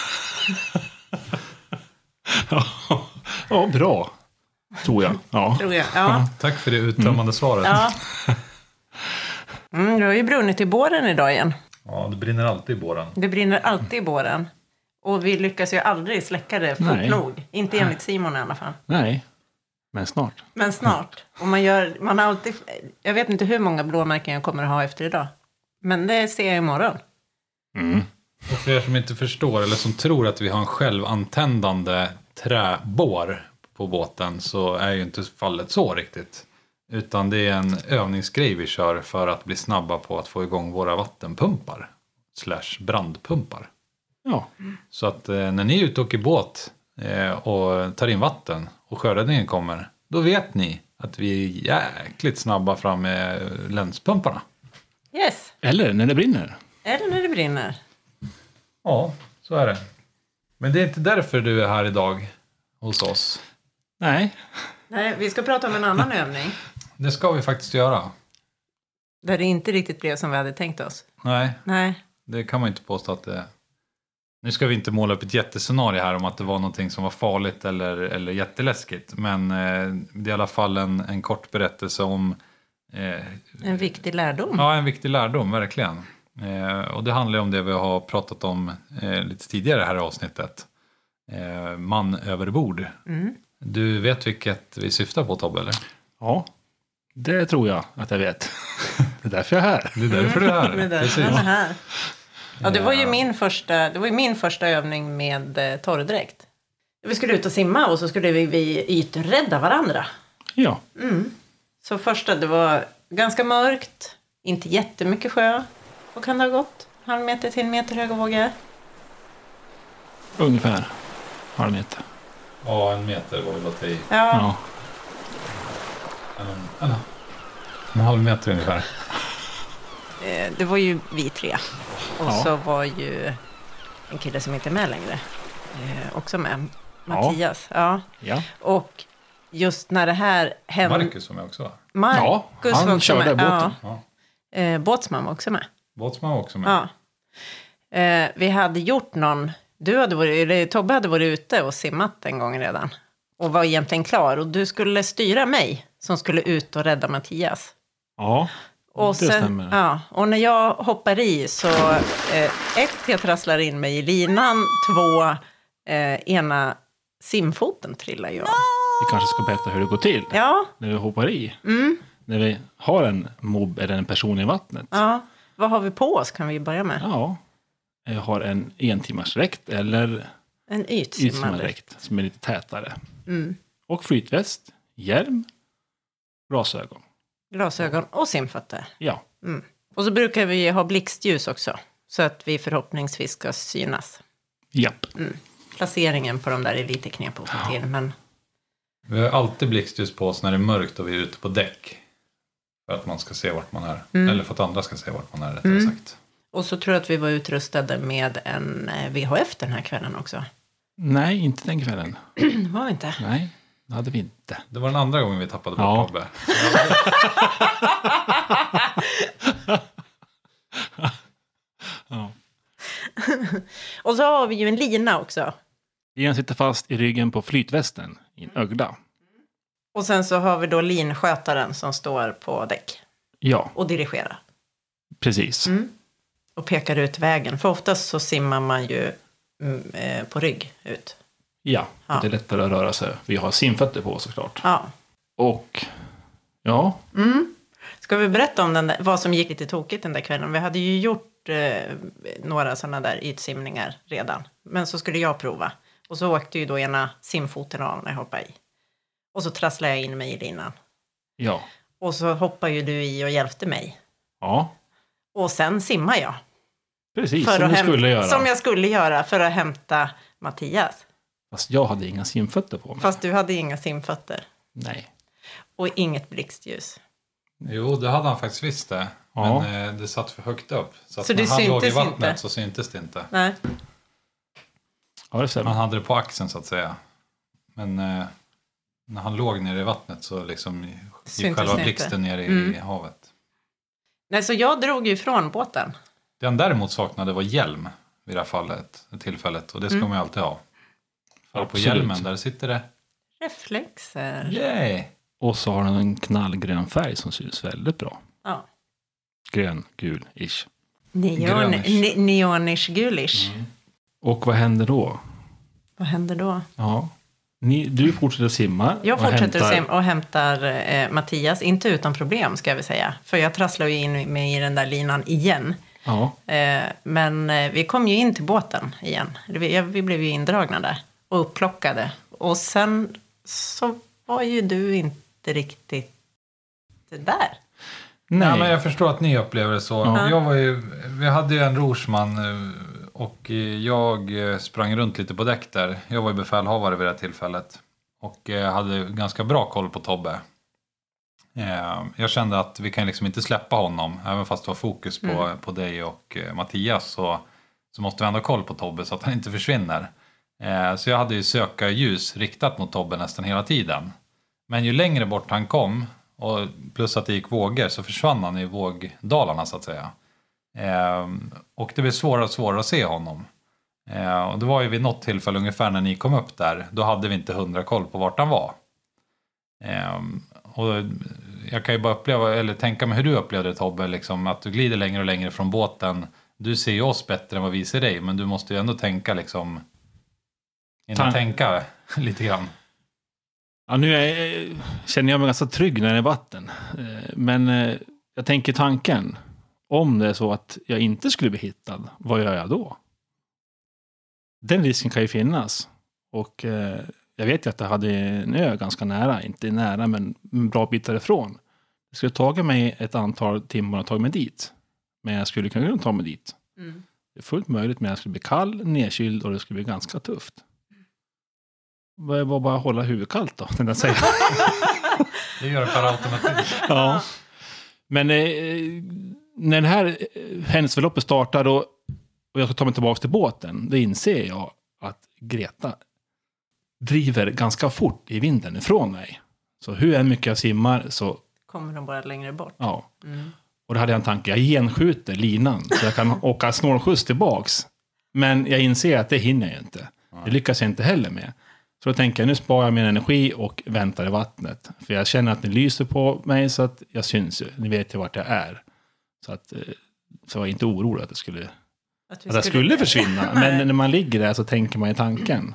S6: Ja, bra. Tror jag. Ja.
S2: Tror jag. Ja.
S1: Tack för det uttömmande svaret.
S2: Ja. Mm, du har ju brunnit i båren idag igen.
S1: Ja, det brinner alltid i båren.
S2: Det brinner alltid i båren. Och vi lyckas ju aldrig släcka det fort
S6: Nej.
S2: nog. Inte enligt Simon i alla fall.
S6: Nej, men snart.
S2: Men snart. Och man gör, man har alltid, jag vet inte hur många blåmärken jag kommer att ha efter idag. Men det ser jag imorgon.
S6: Mm.
S1: Och för er som inte förstår eller som tror att vi har en självantändande träbår på båten så är ju inte fallet så riktigt. Utan det är en övningsgrej vi kör för att bli snabba på att få igång våra vattenpumpar. Slash brandpumpar.
S6: Ja.
S1: Så att eh, när ni är ute och åker båt eh, och tar in vatten och sjöräddningen kommer, då vet ni att vi är jäkligt snabba fram med länspumparna.
S2: Yes.
S6: Eller när det brinner.
S2: Eller när det brinner.
S1: Ja, så är det. Men det är inte därför du är här idag hos oss.
S6: Nej.
S2: Nej, vi ska prata om en annan övning.
S1: Det ska vi faktiskt göra.
S2: Där det inte riktigt blev som vi hade tänkt oss.
S1: Nej,
S2: Nej.
S1: det kan man inte påstå att det är. Nu ska vi inte måla upp ett jättescenario här om att det var någonting som var farligt eller, eller jätteläskigt. Men eh, det är i alla fall en, en kort berättelse om... Eh,
S2: En viktig lärdom.
S1: ja, en viktig lärdom, verkligen. Eh, och det handlar om det vi har pratat om eh, lite tidigare här i avsnittet. Eh, man över bord.
S2: Mm.
S1: Du vet vilket vi syftar på, Tobbe, eller?
S6: Ja, det tror jag att jag vet. Det är därför jag är här.
S1: Det är därför du är här.
S2: Men där,
S1: Precis.
S2: den är här. Ja, det var ju min första, det var ju min första övning med eh, torrdräkt. Vi skulle ut och simma och så skulle vi, vi yträdda varandra.
S6: Ja.
S2: Mm. Så första, det var ganska mörkt, inte jättemycket sjö. Vad kan det ha gått? Halv meter till en meter höga vågor?
S6: Ungefär. Halv meter.
S1: Ja, en meter var väl att ta i.
S2: Ja.
S6: Ja.
S1: En, en, en halv meter ungefär.
S2: Eh, det var ju vi tre. Och
S6: Ja.
S2: så var ju en kille som inte är med längre eh, också med. Mattias. Ja.
S6: Ja.
S2: Och just när det här hände...
S1: Marcus som är också va?
S2: Marcus
S6: Ja, han
S2: var också
S6: körde
S2: med.
S6: båten.
S1: Ja.
S2: Ja. Eh, båtsman var också med.
S1: Båtsman var också med.
S2: Ja. Eh, vi hade gjort någon... Du hade varit, eller Tobbe hade varit ute och simmat en gång redan. Och var egentligen klar. Och du skulle styra mig som skulle ut och rädda Mattias.
S6: Ja,
S2: Och,
S6: det
S2: sen,
S6: stämmer.
S2: ja, och när jag hoppar i så... Eh, ett, jag trasslar in mig i linan. Två, eh, ena simfoten trillar jag.
S6: Vi kanske ska berätta hur det går till
S2: Ja,
S6: när vi hoppar i.
S2: mm,
S6: När vi har en mobb eller en person i vattnet.
S2: ja. Vad har vi på oss kan vi börja med?
S6: Ja. Jag har en entimmarsdräkt eller
S2: En ytsimmare.
S6: ytsimmarsdräkt som är lite tätare.
S2: Mm.
S6: Och flytväst, hjälm, glasögon.
S2: Glasögon och simfötter.
S6: Ja,
S2: Mm. Och så brukar vi ha blixtljus också. Så att vi förhoppningsvis ska synas.
S6: japp.
S2: Mm. Placeringen på de där är lite knep att få till. Men
S1: Vi har alltid blixtljus på oss när det är mörkt och vi är ute på däck. För att man ska se vart man är.
S2: Mm.
S1: Eller för att andra ska se vart man är, rättare
S2: Mm.
S1: sagt.
S2: Och så tror jag att vi var utrustade med en eh, V H F den här kvällen också.
S6: Nej, inte den kvällen.
S2: Var vi inte?
S6: Nej, det hade vi inte.
S1: Det var den andra gången vi tappade bort
S6: Ja.
S1: Tobbe.
S6: Ja.
S2: Och så har vi ju en lina också.
S6: Linan sitter fast i ryggen på flytvästen i en ögla.
S2: Och sen så har vi då linskötaren som står på däck
S6: Ja,
S2: och dirigerar.
S6: precis.
S2: Mm. Och pekar ut vägen. För oftast så simmar man ju mm, eh, på rygg ut.
S6: Ja,
S2: Ja.
S6: det är lättare att röra sig. Vi har simfötter på såklart.
S2: Ja.
S6: Och ja,
S2: Mm. Ska vi berätta om den där, vad som gick lite tokigt den där kvällen? Vi hade ju gjort eh, några sådana där ytsimningar redan. Men så skulle jag prova. Och så åkte ju då ena simfoten av när jag hoppade i. Och så trasslade jag in mig i linan.
S6: ja,
S2: Och så hoppade ju du i och hjälpte mig.
S6: ja,
S2: Och sen simmar jag.
S6: precis
S2: För
S6: som
S2: att
S6: du
S2: häm-
S6: skulle göra.
S2: Som jag skulle göra för att hämta Mattias.
S6: Fast jag hade inga simfötter på mig.
S2: Fast du hade inga simfötter.
S6: Nej.
S2: Och inget blixtljus.
S1: Jo, det hade han faktiskt visst det.
S6: Ja.
S1: Men eh, det satt för högt upp. Så, att
S2: Så
S1: när
S2: det
S1: han låg i
S2: syntes
S1: vattnet
S2: inte?
S1: så syntes det inte.
S2: Nej.
S6: Ja, det stämmer.
S1: Han hade det på axeln så att säga. Men eh, när han låg nere i vattnet så liksom gick
S2: Syntes
S1: själva
S2: inte.
S1: blixten ner i
S2: Mm.
S1: havet.
S2: Nej, så jag drog ju ifrån båten.
S1: Det han däremot saknade var hjälm vid det här fallet, tillfället. Och det ska
S2: Mm.
S1: man ju alltid ha. För på
S6: Absolut.
S1: hjälmen där sitter det.
S2: Reflexer.
S1: Yay!
S6: Och så har den en knallgrön färg som syns väldigt bra.
S2: Ja.
S6: Grön, gul, ish.
S2: Neon,
S1: Grönish.
S2: ne- neonish gulish.
S1: Mm.
S6: Och vad händer då?
S2: Vad händer då?
S6: Ja. Ni, du fortsätter simma.
S2: Jag
S6: och
S2: fortsätter
S6: hämtar-
S2: simma och hämtar eh, Mattias. Inte utan problem ska vi säga. För jag trasslar ju in mig i den där linan igen.
S6: Ja,
S2: Eh, men eh, vi kom ju in till båten igen. Vi, ja, vi blev ju indragna där. Och upplockade. Och sen så var ju du inte riktigt där.
S6: nej.
S1: Ja, men jag förstår att ni upplever det så.
S6: Ja.
S1: Jag var ju, vi hade ju en rorsman eh, och eh, jag eh, sprang runt lite på däck där. Jag var ju befälhavare vid det här tillfället. Och eh, hade ganska bra koll på Tobbe. Eh, Jag kände att vi kan liksom inte släppa honom. Även fast det var fokus på,
S2: Mm.
S1: på dig och eh, Mattias så, så måste vi ändå ha koll på Tobbe så att han inte försvinner. Eh, Så jag hade ju söka ljus riktat mot Tobbe nästan hela tiden. Men ju längre bort han kom och plus att det gick vågor så försvann han i vågdalarna så att säga. Eh, och det blev svårare och svårare att se honom. Eh, och det var ju vid något tillfälle ungefär när ni kom upp där. Då hade vi inte hundra koll på vart han var. Eh, och jag kan ju bara uppleva, eller tänka mig hur du upplevde det Tobbe. Liksom, att du glider längre och längre från båten. Du ser ju oss bättre än vad vi ser dig. Men du måste ju ändå tänka liksom. Innan
S6: Tan-
S1: tänka lite grann.
S6: Ja, nu är, känner jag mig ganska trygg när det är vatten. Eh, Men eh, jag tänker tanken. om det är så att jag inte skulle bli hittad, vad gör jag då? Den risken kan ju finnas. Och eh, jag vet ju att jag hade en ö ganska nära, inte nära men en bra bit därifrån. Det skulle tagit mig ett antal timmar att ta mig dit. Men jag skulle kunna ta mig dit.
S2: Mm.
S6: Det är fullt möjligt, men jag skulle bli kall, nedkyld och det skulle bli ganska tufft. Det var bara att hålla huvudet kallt då, den där säger.
S1: Det gör det per automatik.
S6: Ja. Men eh, när det här händelseförloppet startar och, och jag ska ta mig tillbaka till båten, då inser jag att Greta driver ganska fort i vinden ifrån mig. Så hur än mycket jag simmar så...
S2: Kommer de bara längre bort.
S6: Ja.
S2: Mm.
S6: Och då hade jag en tanke, jag genskjuter linan så jag kan åka snålskjuts tillbaks. Men jag inser att det hinner jag inte. Det lyckas jag inte heller med. Så då tänker jag, nu sparar jag min energi och väntar i vattnet. För jag känner att det lyser på mig så att jag syns ju. Ni vet ju vart jag är. Så att så jag var inte orolig att det skulle, att, att jag skulle försvinna. Men när man ligger där så tänker man i tanken.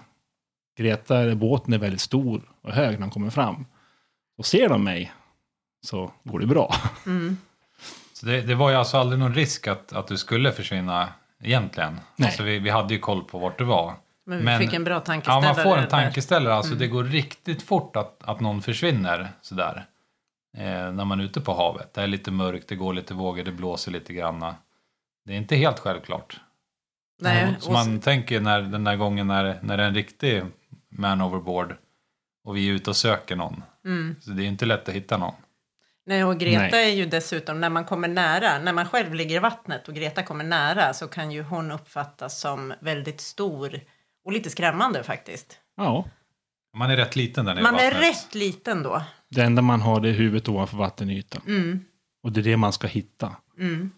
S6: Greta, båten är väldigt stor och hög när den kommer fram. Och ser de mig så går det bra.
S2: Mm.
S1: Så det, det var ju alltså aldrig någon risk att, att du skulle försvinna egentligen.
S6: Nej.
S1: Alltså vi, vi hade ju koll på vart du var.
S2: Men vi
S1: Men-
S2: fick en bra tankeställare.
S1: Ja, man får en
S2: där.
S1: tankeställare. Alltså det går riktigt fort att, att någon försvinner sådär. Eh, när man är ute på havet. Det är lite mörkt, det går lite vågor, det blåser lite granna. Det är inte helt självklart.
S2: Nej,
S1: Så
S2: och
S1: man tänker när, den där gången när, när det är en riktig man overboard och vi är ute och söker någon.
S2: Mm.
S1: Så det är inte lätt att hitta någon.
S2: Nej, och Greta
S6: Nej.
S2: är ju dessutom, när man kommer nära, när man själv ligger i vattnet och Greta kommer nära, så kan ju hon uppfattas som väldigt stor och lite skrämmande faktiskt.
S6: Ja,
S1: Man är rätt liten där nere i
S2: Man är
S1: vattnet.
S2: rätt liten då.
S6: det enda man har det är huvudet ovanför vattenytan.
S2: Mm.
S6: Och det är det man ska hitta.
S2: Mm.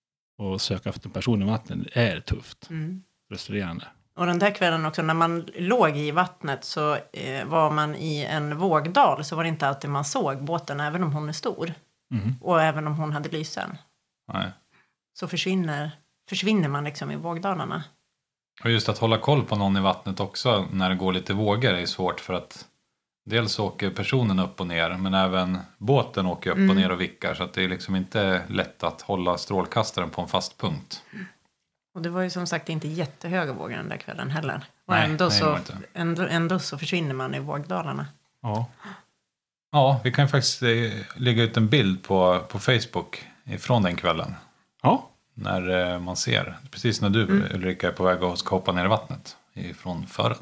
S6: Och söka efter en person i vattnet är tufft.
S2: Mm.
S6: Frustrerande.
S2: Och den där kvällen också, när man låg i vattnet så eh, var man i en vågdal, så var det inte alltid man såg båten, även om hon är stor.
S6: Mm.
S2: Och även om hon hade lysen.
S1: Nej.
S2: Så försvinner, försvinner man liksom i vågdalarna.
S1: Och just att hålla koll på någon i vattnet också när det går lite vågor är svårt, för att dels åker personen upp och ner, men även båten åker upp
S2: Mm.
S1: och ner och vickar, så att det är liksom inte lätt att hålla strålkastaren på en fast punkt.
S2: Och det var ju som sagt inte jättehöga vågor den där kvällen heller. Och
S1: Nej,
S2: ändå,
S1: nej, det var
S2: så,
S1: inte.
S2: ändå, ändå så försvinner man i vågdalarna.
S6: Ja.
S1: Ja, vi kan ju faktiskt eh, lägga ut en bild på, på Facebook ifrån den kvällen.
S6: Ja.
S1: När eh, man ser, precis när du
S2: Mm.
S1: Ulrika är på väg att ska hoppa ner i vattnet ifrån fören.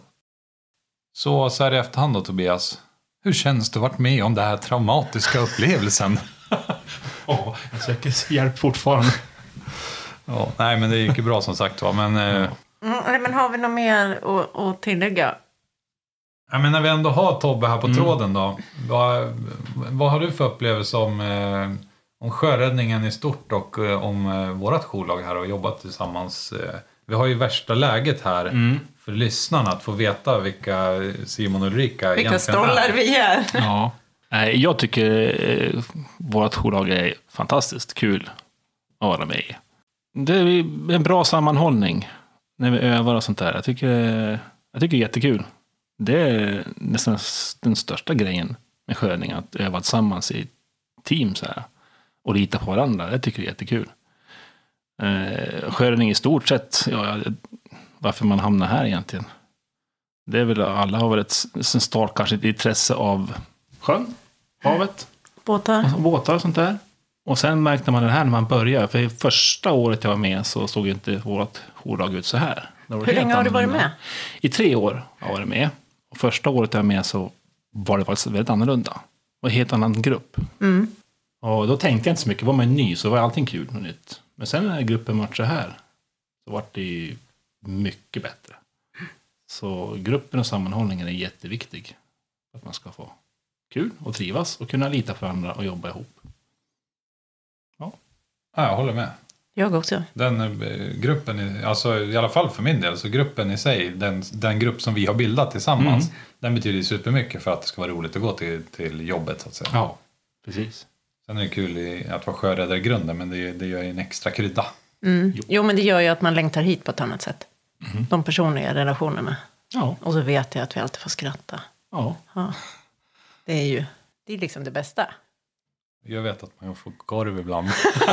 S1: Så, så här i efterhand då, Tobias. Hur känns det att varit med om den här traumatiska upplevelsen?
S6: Oh, jag söker hjälp fortfarande.
S1: Ja, nej, men det gick ju bra som sagt va. Men, eh,
S2: Mm, men har vi något mer att, att tillägga?
S1: ja, men när vi ändå har Tobbe här på
S6: Mm.
S1: tråden då. Vad, vad har du för upplevelse om, eh, om sjöräddningen i stort och eh, om eh, vårat jourlag här och jobbat tillsammans? Eh, vi har ju värsta läget här
S6: Mm.
S1: för lyssnarna att få veta vilka Simon och Ulrika
S2: Vilka
S1: egentligen
S2: stollar
S1: är.
S2: vi är.
S6: Ja. Nej, jag tycker eh, vårt jourlag är fantastiskt kul att vara med i. Det är en bra sammanhållning när vi övar och sånt där. Jag tycker, jag tycker det är jättekul. Det är nästan den största grejen med sjöning, att öva tillsammans i team så här och lita på varandra. Jag tycker det är jättekul. Eh, sjöning i stort sett, ja, varför man hamnar här egentligen. Det är väl, alla har väl ett sen start kanske ett intresse av sjön, havet,
S2: Båtar.
S6: och båtar och sånt där. Och sen märkte man det här när man började. För första året jag var med så såg inte vårt jourlag ut så här. Det var
S2: Hur
S6: helt
S2: länge har du varit
S6: annorlunda.
S2: med?
S6: I tre år har jag varit med. Och första året jag var med så var det faktiskt väldigt annorlunda. Det var en helt annan grupp.
S2: Mm.
S6: Och då tänkte jag inte så mycket. Var man ny så var allting kul och nytt. Men sen när gruppen var så här så var det ju mycket bättre. Så gruppen och sammanhållningen är jätteviktig. För att man ska få kul och trivas och kunna lita på varandra och jobba ihop.
S1: Ja, jag håller med.
S2: Jag också.
S1: Den eh, gruppen, i- alltså i alla fall för min del, så gruppen i sig, den, den grupp som vi har bildat tillsammans,
S6: Mm.
S1: den betyder supermycket för att det ska vara roligt att gå till, till jobbet så att säga.
S6: Ja, precis.
S1: Sen är det kul i, att vara sjöräddare i grunden, men det, det gör ju en extra krydda.
S2: Mm.
S6: Jo.
S2: Jo, men det gör ju att man längtar hit på ett annat sätt.
S6: Mm.
S2: De personliga relationerna.
S6: Ja,
S2: Och så vet jag att vi alltid får skratta.
S6: ja.
S2: Ja. Det är ju det är liksom det bästa.
S1: Jag vet att man får korv ibland.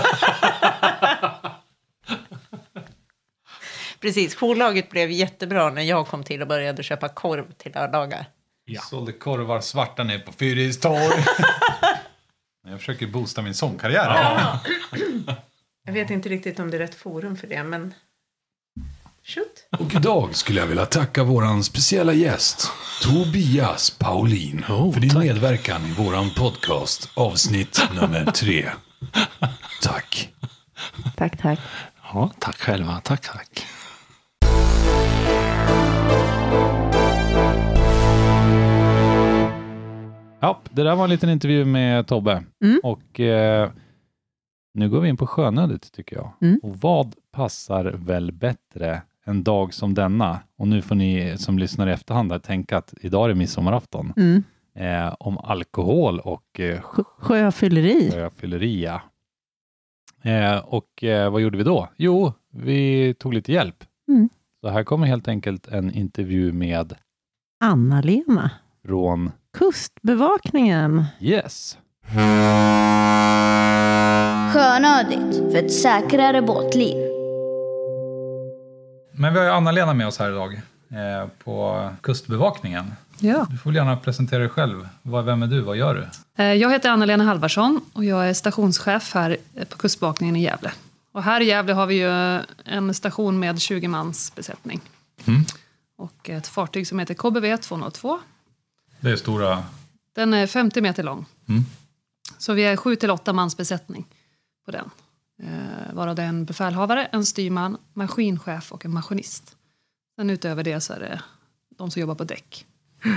S2: Precis, jourlaget blev jättebra när jag kom till och började köpa korv till lördagar.
S1: Ja. Sålde korvar svarta ner på Fyristorg. Jag försöker boosta min sångkarriär.
S2: Ja. Jag vet inte riktigt om det är rätt forum för det, men... Shoot.
S7: Och idag skulle jag vilja tacka våran speciella gäst, Tobias Paulin,
S6: oh,
S7: för din
S6: tack.
S7: medverkan i våran podcast, avsnitt nummer tre. Tack.
S2: Tack, tack.
S6: Ja, tack själva. Tack, tack.
S1: Ja, det där var en liten intervju med Tobbe.
S2: Mm.
S1: Och eh, nu går vi in på sjönödigt tycker jag.
S2: Mm.
S1: Och vad passar väl bättre en dag som denna? Och nu får ni som lyssnar i efterhand här tänka att idag är det midsommarafton.
S2: Mm.
S1: Eh, om alkohol och eh,
S2: Sjöfylleri.
S1: sjöfylleri. Ja. Eh, och eh, vad gjorde vi då? Jo, vi tog lite hjälp.
S2: Mm.
S1: Så här kommer helt enkelt en intervju med
S2: Anna-Lena.
S1: från
S2: Kustbevakningen.
S1: Yes.
S8: Sjönödigt för ett säkrare båtliv.
S1: Men vi har ju Anna-Lena med oss här idag eh, på Kustbevakningen.
S9: Ja.
S1: Du får gärna presentera dig själv. Vad, vem är du? Vad gör du?
S9: Jag heter Anna-Lena Halvarsson och jag är stationschef här på Kustbevakningen i Gävle. Och här i Gävle har vi ju en station med tjugo mans besättning.
S1: Mm.
S9: Och ett fartyg som heter K B V två noll två.
S1: Det är stora...
S9: Den är femtio meter lång.
S1: Mm.
S9: Så vi är sju till åtta mans besättning på den. Eh, varav det är en befälhavare, en styrman, maskinchef och en maskinist. Sen utöver det så är det de som jobbar på däck.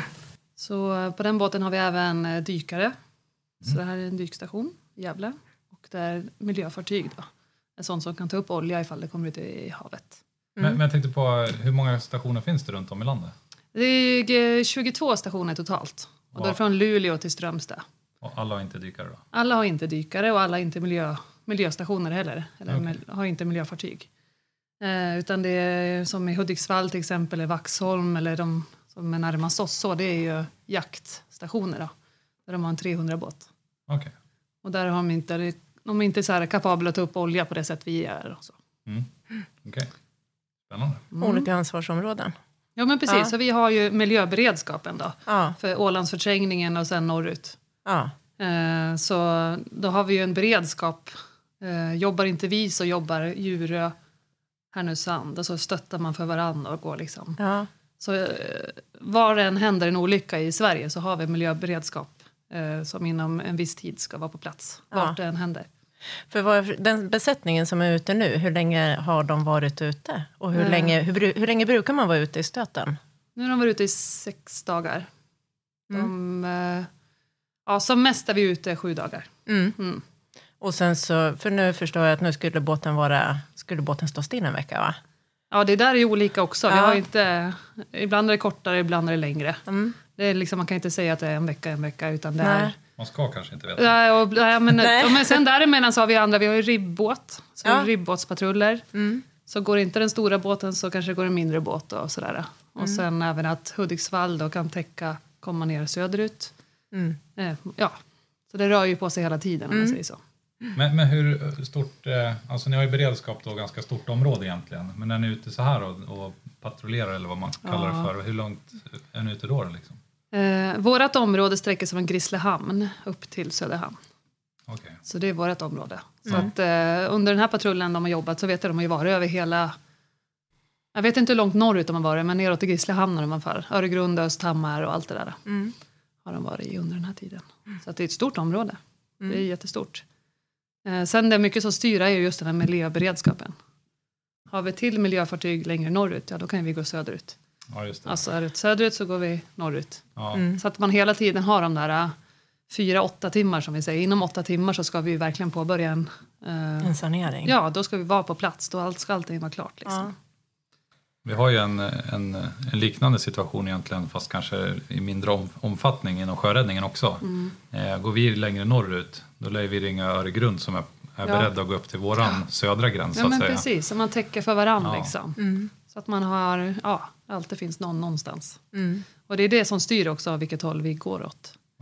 S9: Så på den båten har vi även dykare. Mm. Så det här är en dykstation i Gävle. Och det är miljöfartyg då. En sån som kan ta upp olja ifall det kommer ut i havet.
S1: Mm. Men, men jag tänkte på, hur många stationer finns det runt om i landet?
S9: Det är tjugotvå stationer totalt. Och
S1: wow.
S9: då är det från Luleå till Strömstad.
S1: Och alla har inte dykare då?
S9: Alla har inte dykare och alla har inte miljö, miljöstationer heller. Eller
S1: Okay.
S9: med, har inte miljöfartyg. Eh, utan det är som i Hudiksvall till exempel, eller Vaxholm eller de som är närmast oss. Så det är ju jaktstationer då. Där de har en trehundra båt.
S1: Okay.
S9: Och där har de inte, de är inte så här kapabla att ta upp olja på det sätt vi är. Och så.
S1: Mm. Okej. Okay. Spännande.
S2: Mm. Olika ansvarsområden.
S9: Ja men precis,
S2: Ja.
S9: så vi har ju miljöberedskapen då.
S2: Ja.
S9: För Ålandsförträngningen och sen norrut.
S2: Ja.
S9: Eh, så då har vi ju en beredskap. Eh, jobbar inte vi så jobbar Djurö, Härnösand. Och så stöttar man för varandra och går liksom.
S2: Ja.
S9: Så eh, var det än händer en olycka i Sverige så har vi miljöberedskap. Eh, som inom en viss tid ska vara på plats.
S2: Ja.
S9: Vart det än händer.
S2: För vad, den besättningen som är ute nu, hur länge har de varit ute? Och hur,
S9: Mm.
S2: länge, hur, hur länge brukar man vara ute i stöten?
S9: Nu har de varit ute i sex dagar.
S2: Mm.
S9: De, eh, ja, som mest är vi ute sju dagar.
S2: Mm.
S9: Mm.
S2: Och sen så, för nu förstår jag att nu skulle båten vara, skulle båten stå still en vecka va?
S9: Ja, det där är ju olika också.
S2: Ja.
S9: Vi har inte, ibland är det kortare, ibland är det längre.
S2: Mm.
S9: Det är liksom, man kan inte säga att det är en vecka, en vecka, utan det
S2: Nej.
S9: är...
S1: Man ska kanske inte veta.
S9: Ja, och, ja, men,
S2: Nej.
S9: ja, men sen däremellan så har vi andra, vi har ju ribbåt. Så
S2: Ja.
S9: ribbåtspatruller.
S2: Mm.
S9: Så går inte den stora båten så kanske det går en mindre båt och sådär.
S2: Mm.
S9: Och sen även att Hudiksvall då kan täcka, komma ner söderut.
S2: Mm.
S9: Eh, ja, så det rör ju på sig hela tiden om man
S2: Mm.
S9: säger så.
S1: Men, men hur stort, eh, alltså ni har ju beredskap då, ganska stort område egentligen. Men när ni är ute så här och, och patrullerar eller vad man kallar
S9: Ja.
S1: det för, hur långt är ni ute då liksom?
S9: Eh, vårat område sträcker sig från Grisslehamn upp till Söderhamn.
S1: Okay.
S9: Så det är vårt område. Så
S2: Mm.
S9: att, eh, under den här patrullen de har jobbat så vet jag de har ju varit över hela... Jag vet inte hur långt norrut de har varit, men neråt till Grisslehamn har de i alla fall. Öregrund, Östhammar och allt det där.
S2: Mm.
S9: Har de varit i under den här tiden. Så att det är ett stort område.
S2: Mm.
S9: Det är jättestort. Eh, sen det är mycket som styr är ju just den här miljöberedskapen. Har vi till miljöfartyg längre norrut, ja då kan vi gå söderut.
S1: Ja, just det.
S9: Alltså är det söderut så går vi norrut.
S1: Ja.
S2: Mm.
S9: Så att man hela tiden har de där uh, fyra, åtta timmar som vi säger. Inom åtta timmar så ska vi ju verkligen påbörja en... Uh,
S2: En sanering.
S9: ja, då ska vi vara på plats. Då allt ska allting vara klart. Liksom.
S2: Ja.
S1: Vi har ju en, en, en liknande situation egentligen, fast kanske i mindre om, omfattning inom sjöräddningen också.
S9: Mm.
S1: Eh, går vi längre norrut, då lär vi ringa Öregrund som är, är
S9: Ja.
S1: beredda att gå upp till våran södra gräns
S9: Ja,
S1: så att
S9: men
S1: säga.
S9: precis. Så man täcker för varandra
S1: Ja.
S9: liksom.
S2: Mm.
S9: Så att man har, ja, alltid finns någon någonstans.
S2: Mm.
S9: Och det är det som styr också vilket håll vi går åt.
S1: Okej.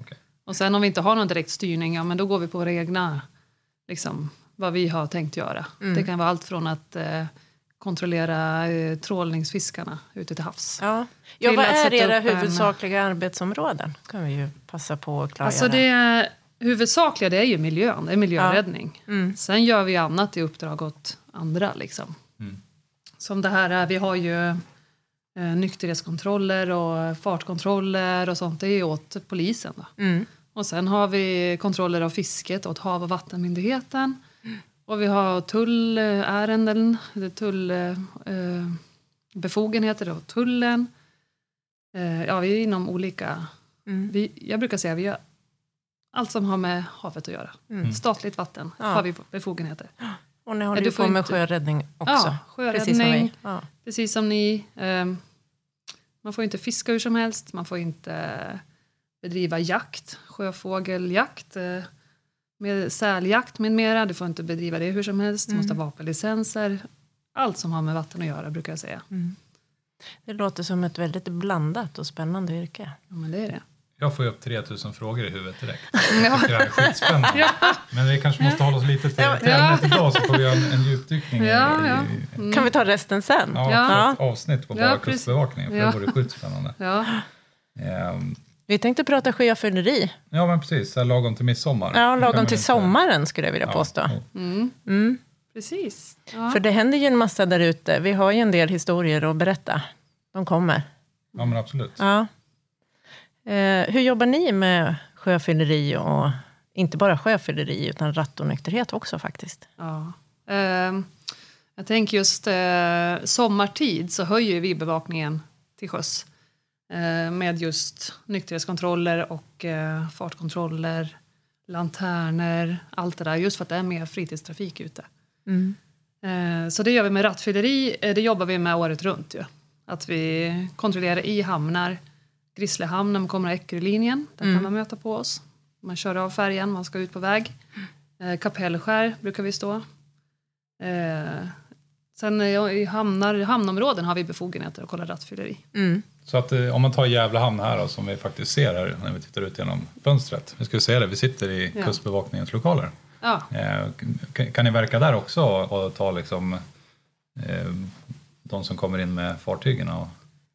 S9: Och sen om vi inte har någon direkt styrning, ja, men då går vi på våra egna, liksom, vad vi har tänkt göra.
S2: Mm.
S9: Det kan vara allt från att eh, kontrollera eh, trålningsfiskarna ute till havs.
S2: Ja, ja
S9: Till
S2: vad
S9: att
S2: är
S9: sätta
S2: era
S9: upp en-
S2: huvudsakliga arbetsområden? Kan vi ju passa på att klargöra.
S9: Alltså det huvudsakliga det är ju miljön, det är miljöräddning.
S2: Mm.
S9: Sen gör vi annat i uppdrag åt andra. Liksom.
S1: Mm.
S9: Som det här, är- vi har ju eh, nykterhetskontroller och fartkontroller och sånt. Det är åt polisen. Då.
S2: Mm.
S9: Och sen har vi kontroller av fisket åt Hav- och vattenmyndigheten. Och vi har tullärenden, tullbefogenheter eh, befogenheter och tullen. Eh, ja, vi är inom olika...
S2: Mm.
S9: Vi, jag brukar säga att vi gör allt som har med havet att göra.
S2: Mm.
S9: Statligt vatten
S2: Ja.
S9: har vi befogenheter.
S2: Och ni
S9: Ja,
S2: håller
S9: du
S2: ju
S9: får
S2: på med
S9: inte-
S2: sjöräddning också.
S9: Ja,
S2: Precis som
S9: sjöräddning.
S2: vi. Ja.
S9: Precis som ni. Ehm, man får inte fiska hur som helst. Man får inte bedriva jakt, sjöfågeljakt, eh, med säljakt med mera. Du får inte bedriva det hur som helst. Du måste ha vapenlicenser. Allt som har med vatten att göra brukar jag säga.
S2: Mm. Det låter som ett väldigt blandat och spännande yrke.
S9: Ja, men det är det.
S1: Jag får ju upp tre tusen frågor i huvudet direkt.
S9: Ja.
S1: Jag tycker det här är skitspännande.
S9: Ja.
S1: Men vi kanske måste hålla oss lite till, till
S9: Ja.
S1: ämnet idag, så får vi göra en, en djupdykning i,
S9: Ja, ja.
S1: i,
S9: Mm.
S2: Kan vi ta resten sen?
S1: ja,
S9: Ja.
S1: ett avsnitt på
S9: Ja,
S1: bara
S9: precis.
S1: kustbevakningen. För
S9: Ja.
S1: det vore sjukt spännande.
S9: Ja.
S1: Ehm,
S2: Vi tänkte prata sjöfylleri.
S1: ja, men precis. Så här lagom till midsommar.
S2: Ja,
S1: Det kan
S2: lagom
S1: man
S2: till
S1: inte-
S2: sommaren skulle jag vilja
S1: Ja,
S2: påstå.
S1: jo.
S9: Mm.
S2: Mm.
S9: Precis. Ja.
S2: För det händer ju en massa där ute. Vi har ju en del historier att berätta. De kommer.
S1: Ja, men absolut.
S2: Ja. Eh, hur jobbar ni med sjöfylleri och inte bara sjöfylleri utan rattonykterhet också faktiskt?
S9: Ja. Ehm, jag tänker just eh, sommartid så höjer vi bevakningen till sjöss. Eh, med just nykterhetskontroller och eh, fartkontroller, lanterner, allt det där. Just för att det är mer fritidstrafik ute.
S2: Mm.
S9: Eh, så det gör vi med rattfylleri. Eh, det jobbar vi med året runt ju. Att vi kontrollerar i hamnar. Grisslehamn när man kommer av Eckerölinjen. Där
S2: Mm.
S9: kan man möta på oss. Man kör av färjan, man ska ut på väg. Eh, Kapellskär brukar vi stå. Eh, sen eh, i hamnar, hamnområden har vi befogenheter att kolla rattfylleri.
S2: Mm.
S1: Så att eh, om man tar Gävle hamn här då, som vi faktiskt ser här när vi tittar ut genom fönstret. Vi ska säga det, vi sitter i
S9: Ja.
S1: kustbevakningens lokaler.
S9: Ja,
S1: Eh, kan, kan ni verka där också och ta liksom eh, de som kommer in med fartygen? Och,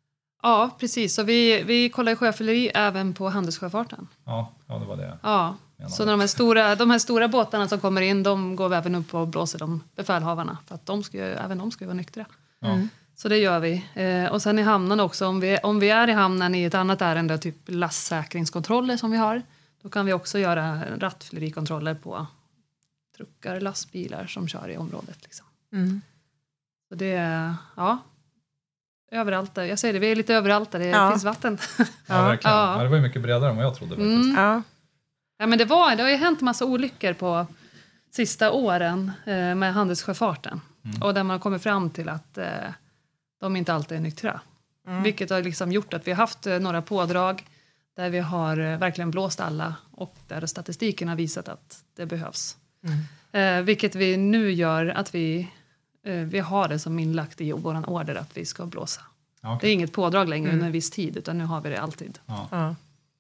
S9: ja precis. Så vi, vi kollar sjöfylleri även på handelssjöfarten.
S1: ja, ja, det var det.
S9: Ja. Så när de, här stora, de här stora båtarna som kommer in, de går vi även upp och blåser de befälhavarna. För att de ska, ju- även de ska ju vara nyktra.
S1: Ja.
S9: Så det gör vi. Eh, och sen i hamnen också, om vi, om vi är i hamnen i ett annat ärende, typ lastsäkringskontroller som vi har, då kan vi också göra rattfyllerikontroller på truckar, lastbilar som kör i området. Liksom.
S2: Mm.
S9: Så det är, ja, överallt där. Jag säger det, vi är lite överallt där det
S2: Ja.
S9: finns vatten.
S1: Ja, verkligen.
S9: Ja.
S1: Ja, det var ju mycket bredare än vad jag trodde faktiskt.
S9: Mm.
S2: Ja.
S9: Ja, men det, var, det har ju hänt massa olyckor på sista åren eh, med handelssjöfarten.
S1: Mm.
S9: Och där man kommer fram till att eh, de inte alltid är nyktra.
S2: Mm.
S9: Vilket har liksom gjort att vi har haft eh, några pådrag där vi har eh, verkligen blåst alla. Och där statistiken har visat att det behövs.
S2: Mm.
S9: Eh, vilket vi nu gör att vi, eh, vi har det som inlagt i vår order att vi ska blåsa.
S1: Ja,
S9: Det
S1: okej.
S9: är inget pådrag längre
S2: Mm.
S9: under en viss tid, utan nu har vi det alltid.
S1: Ja.
S2: Ja.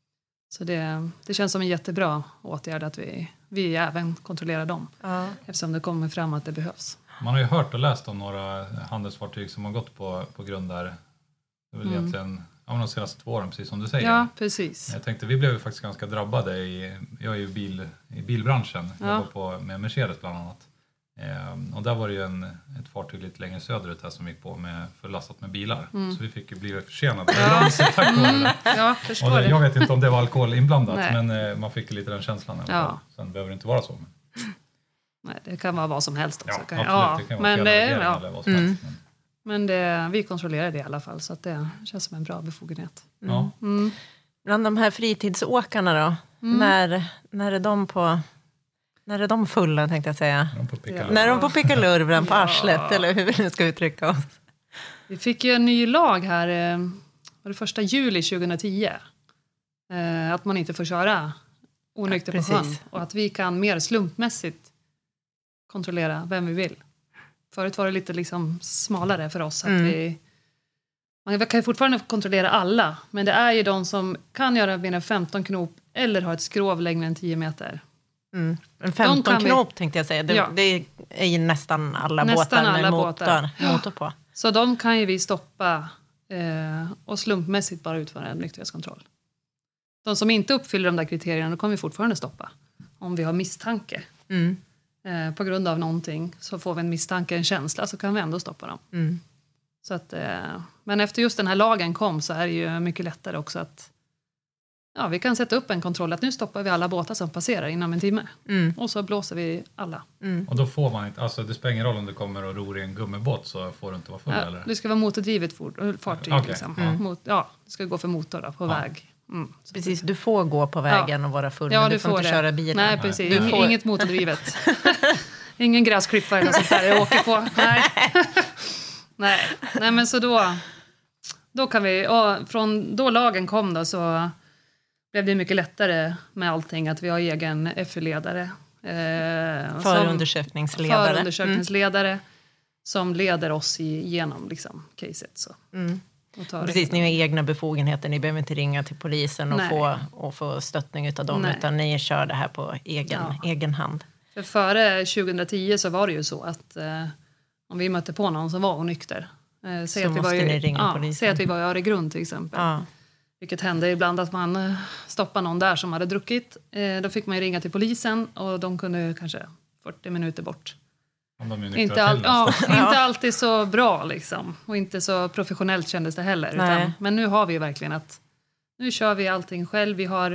S9: Så det, det känns som en jättebra åtgärd att vi, vi även kontrollerar dem.
S2: Ja.
S9: Eftersom det kommer fram att det behövs.
S1: Man har ju hört och läst om några handelsfartyg som har gått på, på grund där. Det är väl
S9: Mm.
S1: egentligen ja, men de senaste två åren, precis som du säger.
S9: Ja, precis.
S1: Jag tänkte, vi blev ju faktiskt ganska drabbade i, jag är ju bil, i bilbranschen,
S9: Ja.
S1: jobbar på med Mercedes bland annat. Ehm, och där var det ju en, ett fartyg lite längre söderut här som gick på med, förlastat med bilar.
S9: Mm.
S1: Så vi fick ju bli försenade leveranser tack vare det.
S9: Ja,
S1: Och
S9: förstår
S1: det,
S9: det.
S1: jag vet inte om det var alkohol inblandat,
S9: Nej.
S1: men eh, man fick ju lite den känslan i alla
S9: Ja.
S1: fall. Sen behöver det inte vara så. Men,
S9: Nej, det kan vara vad som helst också.
S1: ja,
S9: kan,
S1: absolut.
S9: ja,
S1: Det kan vara
S9: men, det,
S1: felnavigering
S9: ja,
S1: eller vad som
S2: Mm.
S1: helst. Men,
S9: men det, vi kontrollerar det i alla fall. Så att det känns som en bra befogenhet.
S1: ja.
S9: Mm.
S2: Bland de här fritidsåkarna då,
S9: Mm.
S2: när, när är de på... När är de fulla, tänkte jag säga.
S1: De får picka
S9: Ja.
S1: lite.
S2: När de på pickalurven på
S9: Ja.
S2: arslet, eller hur vi nu ska uttrycka oss.
S9: Vi fick ju en ny lag här, eh, var det första juli tjugohundratio. Eh, att man inte får köra onykter
S2: Ja,
S9: på sjön.
S2: precis.
S9: Och att vi kan mer slumpmässigt kontrollera vem vi vill. Förut var det lite liksom smalare för oss. Att
S2: Mm.
S9: vi, Man kan ju fortfarande kontrollera alla, men det är ju de som kan göra mer än femton knop eller ha ett skrov längre än tio meter.
S2: Mm. En femton knop vi... tänkte jag säga. Det,
S9: ja.
S2: det är ju nästan alla
S9: nästan
S2: båtar med
S9: alla
S2: motor,
S9: båtar.
S2: motor på.
S9: Så de kan ju vi stoppa eh, och slumpmässigt bara utföra en nykterhetskontroll. De som inte uppfyller de där kriterierna, då kommer vi fortfarande stoppa. Om vi har misstanke.
S2: Mm.
S9: Eh, på grund av någonting så får vi en misstanke, en känsla, så kan vi ändå stoppa dem.
S2: Mm.
S9: Så att, eh, men efter just den här lagen kom så är det ju mycket lättare också att ja, vi kan sätta upp en kontroll att nu stoppar vi alla båtar som passerar inom en timme.
S2: Mm.
S9: Och så blåser vi alla.
S1: Mm. Och då får man inte, alltså det spelar ingen roll om du kommer och ror i en gummibåt så får du inte vara full
S9: ja,
S1: eller?
S9: Det ska vara motordrivet fartyg.
S1: Okay.
S9: Liksom.
S1: Mm.
S9: Mot, ja, det ska gå för motor då, på ja. väg.
S2: Mm. Precis, du får gå på vägen ja. och vara full,
S9: ja,
S2: men
S9: du,
S2: du får,
S9: får
S2: inte
S9: det.
S2: köra bilen.
S9: Nej, precis.
S2: Du får...
S9: Inget motordrivet. Ingen gräsklippa eller sånt där jag åker på. Nej. Nej. Nej, men så då, då kan vi, och från då lagen kom då så blev det mycket lättare med allting att vi har egen F U-ledare.
S2: Eh, förundersökningsledare.
S9: Förundersökningsledare mm. som leder oss igenom liksom, caset. Så.
S2: Mm. Precis, ni har egna befogenheter. Ni behöver inte ringa till polisen och, få, och få stöttning utav dem. Nej. Utan ni kör det här på egen, ja. egen hand.
S9: För före tjugohundratio så var det ju så att eh, om vi mötte på någon som var onykter. Eh, säg, att vi var i, ja, säg att vi var i Öregrund till exempel. Ja. Vilket hände ibland att man eh, stoppade någon där som hade druckit. Eh, då fick man ju ringa till polisen och de kunde kanske fyrtio minuter bort. Inte, all, ja, inte alltid så bra liksom. Och inte så professionellt kändes det heller. Utan, men nu har vi ju verkligen att nu kör vi allting själv. Vi har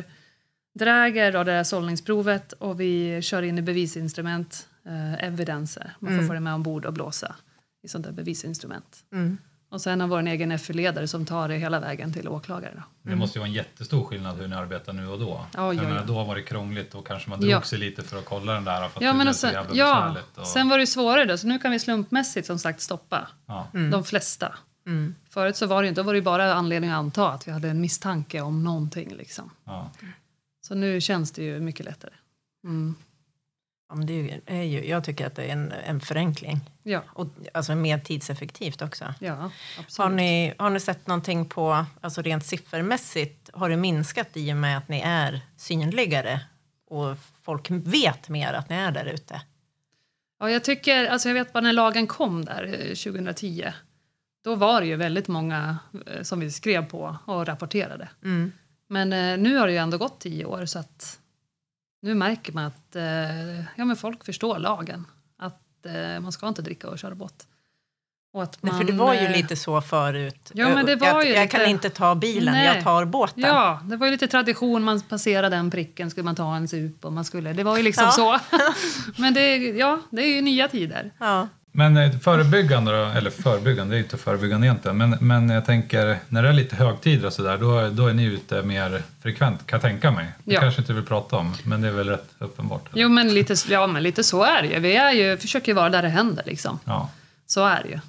S9: dräger och det här sållningsprovet och vi kör in i bevisinstrument, eh, evidenser. Man får mm. få det med ombord och blåsa i sånt där bevisinstrument. Mm. Och sen har vår egen F U-ledare som tar det hela vägen till åklagare. Då.
S1: Det måste ju vara en jättestor skillnad hur ni arbetar nu och då. Ja, ja, ja. Då var det krångligt och kanske man drog ja. sig lite för att kolla den där. För att
S9: ja,
S1: det
S9: men sen, ja. Och... sen var det svårare då. Så nu kan vi slumpmässigt som sagt stoppa ja. mm. de flesta. Mm. Förut så var det inte, då var det bara anledning att anta att vi hade en misstanke om någonting. Liksom. Ja. Så nu känns det ju mycket lättare. Mm.
S2: Ja, men det är ju, jag tycker att det är en, en förenkling.
S9: Ja.
S2: Och alltså mer tidseffektivt också.
S9: Ja, absolut.
S2: Har ni, har ni sett någonting på, alltså rent siffermässigt, har det minskat i och med att ni är synligare och folk vet mer att ni är där ute?
S9: Ja, jag tycker, alltså jag vet bara när lagen kom där tjugohundratio, då var det ju väldigt många som vi skrev på och rapporterade. Mm. Men eh, nu har det ju ändå gått tio år så att nu märker man att eh, ja, men folk förstår lagen. Att eh, man ska inte dricka och köra båt. Och att man,
S2: nej, för det var ju lite så förut.
S9: Ja, men det var
S2: jag
S9: ju
S2: jag
S9: lite,
S2: kan inte ta bilen, nej. jag tar båten.
S9: Ja, det var ju lite tradition. Man passerade den pricken, skulle man ta en sup och man skulle. Det var ju liksom ja. så. Men det, ja, det är ju nya tider.
S2: Ja.
S1: Men förebyggande då, eller förebyggande, det är inte förebyggande egentligen, men, men jag tänker, när det är lite högtider och sådär, då, då är ni ute mer frekvent, kan jag tänka mig. Det ja. kanske inte vill prata om, men det är väl rätt uppenbart. Eller?
S9: Jo, men lite, ja, men lite så är det ju. Vi är ju, försöker ju vara där det händer, liksom.
S1: Ja.
S9: Så är det ju.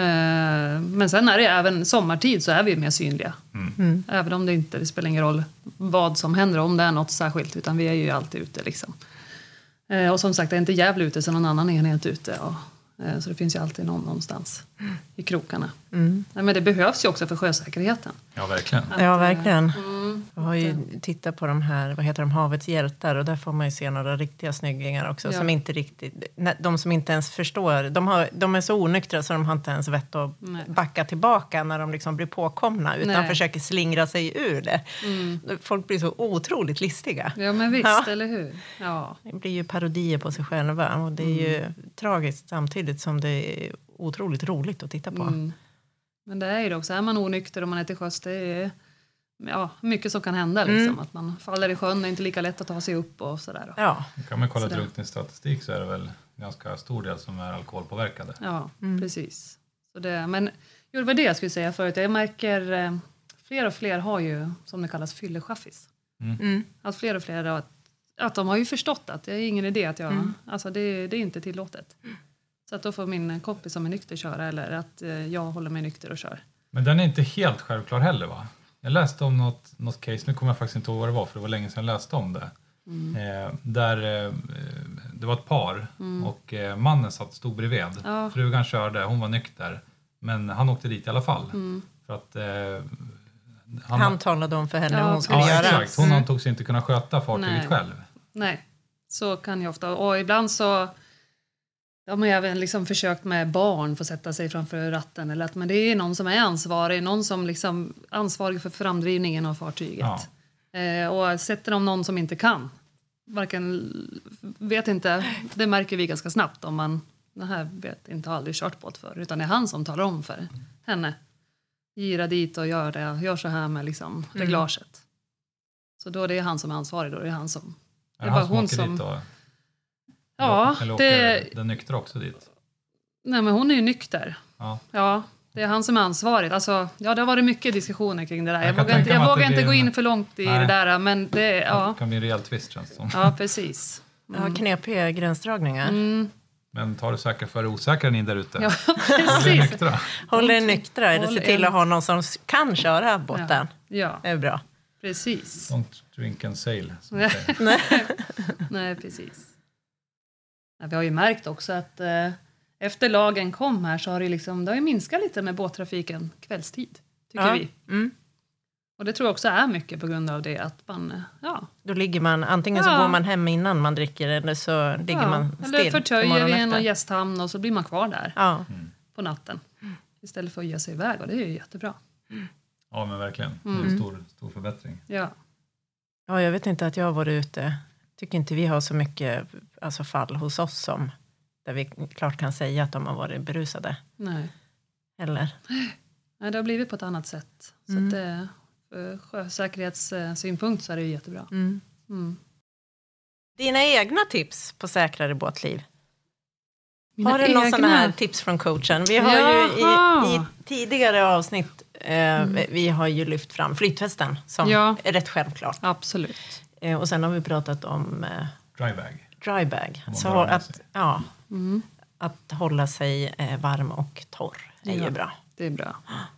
S9: Men sen är det även sommartid så är vi mer synliga. Mm. Mm. Även om det inte det spelar ingen roll vad som händer, om det är något särskilt, utan vi är ju alltid ute, liksom. Och som sagt, det är inte jävla ute så någon annan enhet ute och så det finns ju alltid någon någonstans mm. i krokarna. Mm. Nej, men det behövs ju också för sjösäkerheten.
S1: Ja, verkligen.
S2: Att, ja, verkligen. Mm, jag har ju tittat på de här, vad heter de, Havets hjältar. Och där får man ju se några riktiga snyggingar också. Ja. Som inte riktigt, de som inte ens förstår. De, har, de är så onyktra så de har inte ens vett att Nej. backa tillbaka när de liksom blir påkomna. Utan Nej. försöker slingra sig ur det. Mm. Folk blir så otroligt listiga.
S9: Ja, men visst, ja. eller hur? Ja.
S2: Det blir ju parodier på sig själva. Och det är mm. ju tragiskt samtidigt som det är otroligt roligt att titta på. Mm.
S9: Men det är ju det också. Är man onykter och man är till sjöss, det är ja, mycket som kan hända. Liksom. Mm. Att man faller i sjön, det är inte lika lätt att ta sig upp och sådär.
S2: Ja.
S1: Kan man kolla drunkningsstatistik så är det väl ganska stor del som är alkoholpåverkade.
S9: Ja, mm. precis. Så det, men jo, det var det jag skulle säga förut. Jag märker eh, fler och fler har ju, som det kallas, fyllechaffis. Mm. Mm. Att fler och fler att, att de har ju förstått att det är ingen idé att jag, mm. alltså det, det är inte tillåtet. Mm. Så att då får min kompis som är nykter köra eller att jag håller mig nykter och kör.
S1: Men den är inte helt självklar heller, va? Jag läste om något, något case, nu kommer jag faktiskt inte ihåg vad det var för det var länge sedan jag läste om det. Mm. Eh, där eh, det var ett par mm. och eh, mannen satt stod bredvid. Ja. Frugan körde, hon var nykter. Men han åkte dit i alla fall. Mm. För För att... Eh,
S2: han, han talade om för henne
S9: ja,
S2: vad hon skulle
S1: ja,
S2: göra.
S1: Exakt. Hon
S2: mm.
S1: antog sig inte kunna sköta fartyget
S9: Nej.
S1: själv.
S9: Nej, så kan jag ofta. Och ibland så... De har även liksom försökt med barn få sätta sig framför ratten. Eller att, men det är någon som är ansvarig. Någon som liksom ansvarig för framdrivningen av fartyget. Ja. Eh, och sätter de någon som inte kan. Varken, vet inte. Det märker vi ganska snabbt. Om man, det här vet inte har aldrig kört båt för. Utan det är han som talar om för henne. Gira dit och gör det. Gör så här med liksom reglaget. Mm. Så då är det han som är ansvarig. Då är det han som...
S1: Är det, det han som hon åker som, dit då?
S9: Ja,
S1: eller åker det, den nykter också dit?
S9: Nej, men hon är ju nykter.
S1: Ja.
S9: Ja, det är han som är ansvarig. Alltså, ja, det har varit mycket diskussioner kring det där. Jag, jag vågar inte, jag vågar inte gå in för långt i nej. det där. Men det, ja.
S1: det kan bli en rejäl twist, känns det som.
S9: Ja, precis.
S2: Mm. Ja, knepiga gränsdragningar.
S9: Mm.
S1: Men tar du säkra för osäkra ni där ute?
S9: Ja, precis.
S1: Håll er nyktra.
S2: Håll er nyktra. Eller se till att ha någon som kan köra båten.
S9: Ja, ja.
S2: Det är bra.
S9: Precis.
S1: Don't drink and sail.
S9: Nej. Nej, precis. Ja, vi har ju märkt också att eh, efter lagen kom här så har det, liksom, det har ju minskat lite med båttrafiken kvällstid, tycker
S2: ja.
S9: vi.
S2: Mm.
S9: Och det tror jag också är mycket på grund av det att man, ja.
S2: Då ligger man, antingen ja. så går man hem innan man dricker eller så ligger
S9: ja.
S2: man still.
S9: Eller förtöjer vi en gästhamn och så blir man kvar där
S2: ja.
S1: mm.
S9: på natten. Istället för att ge sig iväg och det är ju jättebra.
S2: Mm.
S1: Ja, men verkligen.
S9: Mm.
S1: Det är en stor, stor förbättring.
S9: Ja.
S2: Ja, jag vet inte att jag har varit ute. Tycker inte vi har så mycket alltså, fall hos oss som där vi klart kan säga att de har varit berusade.
S9: Nej.
S2: Eller?
S9: Nej, det har blivit på ett annat sätt. Så
S2: mm.
S9: att det, för sjösäkerhetssynpunkt så är det ju jättebra.
S2: Mm.
S9: Mm.
S2: Dina egna tips på säkrare båtliv?
S9: Mina
S2: har du någon
S9: egna?
S2: sån här tips från coachen? Vi har
S9: Jaha.
S2: ju i, i tidigare avsnitt eh, mm. vi har ju lyft fram flytvästen som
S9: ja.
S2: är rätt självklart.
S9: Absolut.
S2: Eh, och sen har vi pratat om eh,
S1: drybag.
S2: Drybag. Så att, ja,
S9: mm.
S2: att hålla sig eh, varm och torr är
S9: ja.
S2: ju bra.
S9: Det är bra.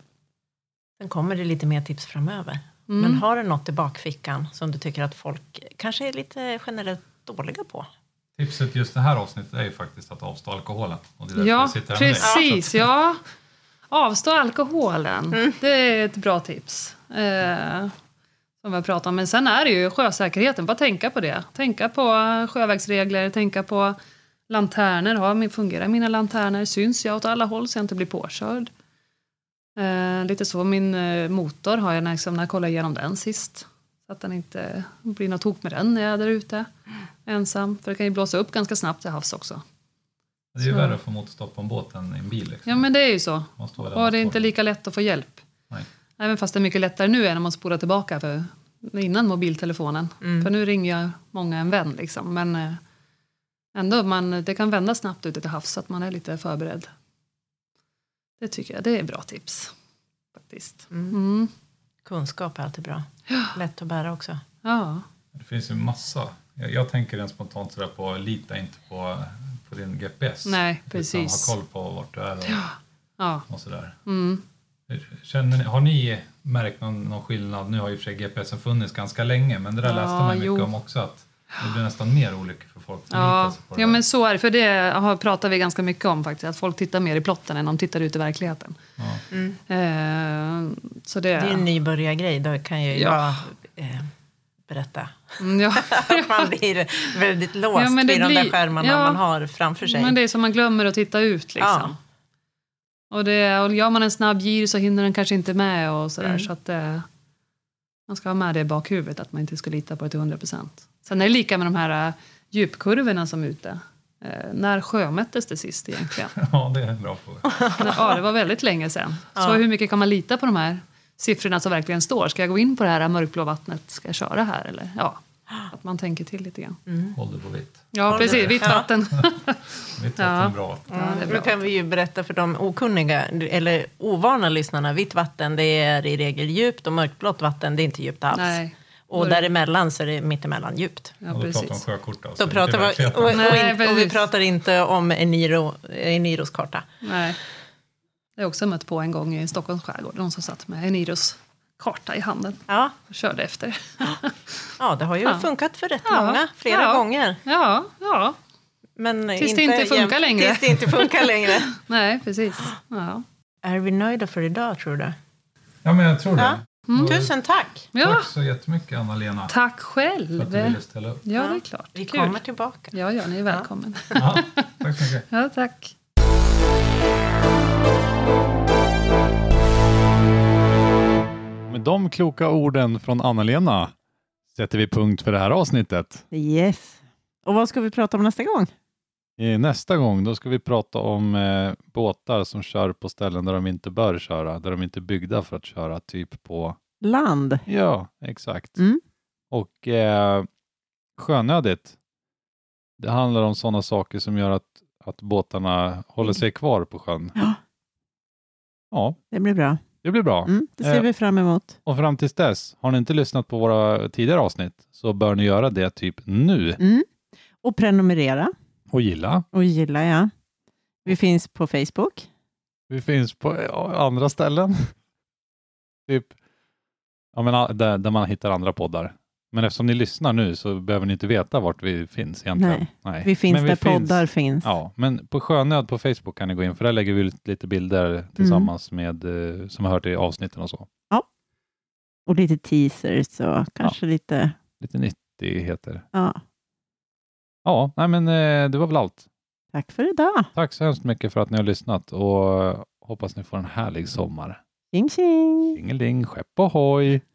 S2: Sen kommer det lite mer tips framöver.
S9: Mm.
S2: Men har du något i bakfickan som du tycker att folk kanske är lite generellt dåliga på?
S1: Tipset just det här avsnittet är ju faktiskt att avstå alkoholen. Och det är
S9: ja,
S1: sitter
S9: precis. Ja. Avstå alkoholen. Mm. Det är ett bra tips. Eh, som vi har pratat om. Men sen är det ju sjösäkerheten. Bara tänka på det. Tänka på sjövägsregler. Tänka på lanterner. Har, fungerar mina lanterner? Syns jag åt alla håll så jag inte blir påkörd? Eh, lite så. Min eh, motor har jag liksom, när jag kollade igenom den sist. Så att den inte blir något tok med den när jag är där ute. Ensam. För det kan ju blåsa upp ganska snabbt till havs också.
S1: Det är ju så. Värre att få motorstopp på en båt än i en bil. Liksom.
S9: Ja, men det är ju så. Och det är inte
S1: håll.
S9: lika lätt att få hjälp.
S1: Nej.
S9: Även fast det är mycket lättare nu än när man spolar tillbaka för innan mobiltelefonen. Mm. För nu ringer jag många en vän liksom. Men eh, ändå, man, det kan vända snabbt ute till havs så att man är lite förberedd. Det tycker jag, det är bra tips. Faktiskt.
S2: Mm.
S9: Mm.
S2: Kunskap är alltid bra.
S9: Ja.
S2: Lätt att bära också.
S9: Ja.
S1: Det finns ju massa. Jag, jag tänker rent spontant sådär på, lita inte på, på din G P S.
S9: Nej, precis.
S1: Ha koll på vart du är och,
S9: ja. Ja.
S1: och sådär.
S9: Mm.
S1: Känner ni, har ni märkt någon, någon skillnad? Nu har ju för sig G P S funnits ganska länge, men det där ja, läste man mycket jo. om också, att det blir nästan mer olyckor för folk.
S9: Ja,
S1: på det
S9: ja men så är det. För det har, pratar vi ganska mycket om faktiskt. Att folk tittar mer i plotten än de tittar ut i verkligheten.
S1: Ja.
S2: Mm.
S9: Eh, så det,
S2: det är en nybörjargrej. Då kan ju ja. jag eh, berätta.
S9: Mm, ja.
S2: Man blir väldigt låst ja, vid de där skärmarna ja. man har framför sig.
S9: Men det är som man glömmer att titta ut liksom. Ja. Och, det, och gör man en snabb gir så hinner den kanske inte med och sådär. Mm. Så att eh, man ska ha med det i bakhuvudet att man inte ska lita på det till hundra procent. Sen är det lika med de här uh, djupkurvorna som är ute. Uh, när sjömättes det sist egentligen?
S1: Ja, det är en bra fråga.
S9: Ja, det var väldigt länge sedan.
S2: Ja.
S9: Så hur mycket kan man lita på de här siffrorna som verkligen står? Ska jag gå in på det här mörkblå vattnet? Ska jag köra här? Eller? Ja, att man tänker till lite grann.
S2: Mm.
S1: Håll det på vitt.
S9: Ja, Håll precis. Vitt vatten.
S1: Vitt vatten är bra.
S2: Ja, det är bra. Då kan vi ju berätta för de okunniga eller ovana lyssnarna. Vitt vatten, det är i regel djupt och mörkblått vatten, det är inte djupt alls.
S9: Nej.
S2: Och däremellan så är det mittemellan djupt.
S9: Ja,
S1: och då
S9: precis.
S1: pratar om sjökort
S2: då pratar vi, och, och, Nej, och vi pratar inte om Eniro, Eniros karta.
S9: Nej. Det har också mött på en gång i Stockholms skärgård. Någon som satt med Eniros karta i handen.
S2: Ja.
S9: Och körde efter.
S2: Ja, det har ju ja. funkat för rätt
S9: ja.
S2: många. Flera
S9: ja.
S2: gånger.
S9: Ja, ja.
S2: Men
S9: tills
S2: inte
S9: det inte funkar
S2: jäm,
S9: längre.
S2: Tills det inte funkar längre.
S9: Nej, precis. Ja.
S2: Är vi nöjda för idag, tror du?
S1: Ja, men jag tror det.
S2: Ja.
S9: Mm.
S2: Tusen tack.
S9: Ja.
S1: Tack så jättemycket, Anna-Lena.
S9: Tack
S1: För
S9: själv.
S1: att du ville ställa upp.
S9: Ja, det är klart.
S2: Vi
S9: Kul.
S2: kommer tillbaka.
S9: Ja, ja, ni är välkommen.
S1: Ja, tack så mycket.
S9: Ja, tack.
S1: Med de kloka orden från Anna-Lena sätter vi punkt för det här avsnittet.
S2: Yes. Och vad ska vi prata om nästa gång?
S1: I nästa gång då ska vi prata om eh, båtar som kör på ställen där de inte bör köra. Där de inte är byggda för att köra, typ på...
S2: Land.
S1: Ja, exakt.
S2: Mm.
S1: Och eh, sjönödigt. Det handlar om sådana saker som gör att, att båtarna håller sig kvar på sjön.
S2: Ja.
S1: Ja,
S2: Det blir bra.
S1: det blir bra.
S2: Mm, det ser
S1: Eh,
S2: vi fram emot.
S1: Och fram tills dess, har ni inte lyssnat på våra tidigare avsnitt så bör ni göra det typ nu.
S2: Mm. Och prenumerera.
S1: Och gilla.
S2: Och gilla, ja. Vi finns på Facebook.
S1: Vi finns på eh, andra ställen. typ ja, men, ah, där, där man hittar andra poddar. Men eftersom ni lyssnar nu så behöver ni inte veta vart vi finns egentligen.
S2: Nej,
S1: Nej.
S2: vi finns
S1: Men
S2: där
S1: vi finns,
S2: poddar finns.
S1: Ja, men på Sjönöd på Facebook kan ni gå in, för där lägger vi ut lite bilder tillsammans med eh, som har hört i avsnitten och så.
S2: Och lite teasers och kanske lite...
S1: Lite nyttigheter.
S2: Ja.
S1: Ja, nej men eh, det var väl allt.
S2: Tack för idag.
S1: Tack så hemskt mycket för att ni har lyssnat och hoppas ni får en härlig sommar.
S2: Tjing tjing.
S1: Tjingeling, skepp ohoj!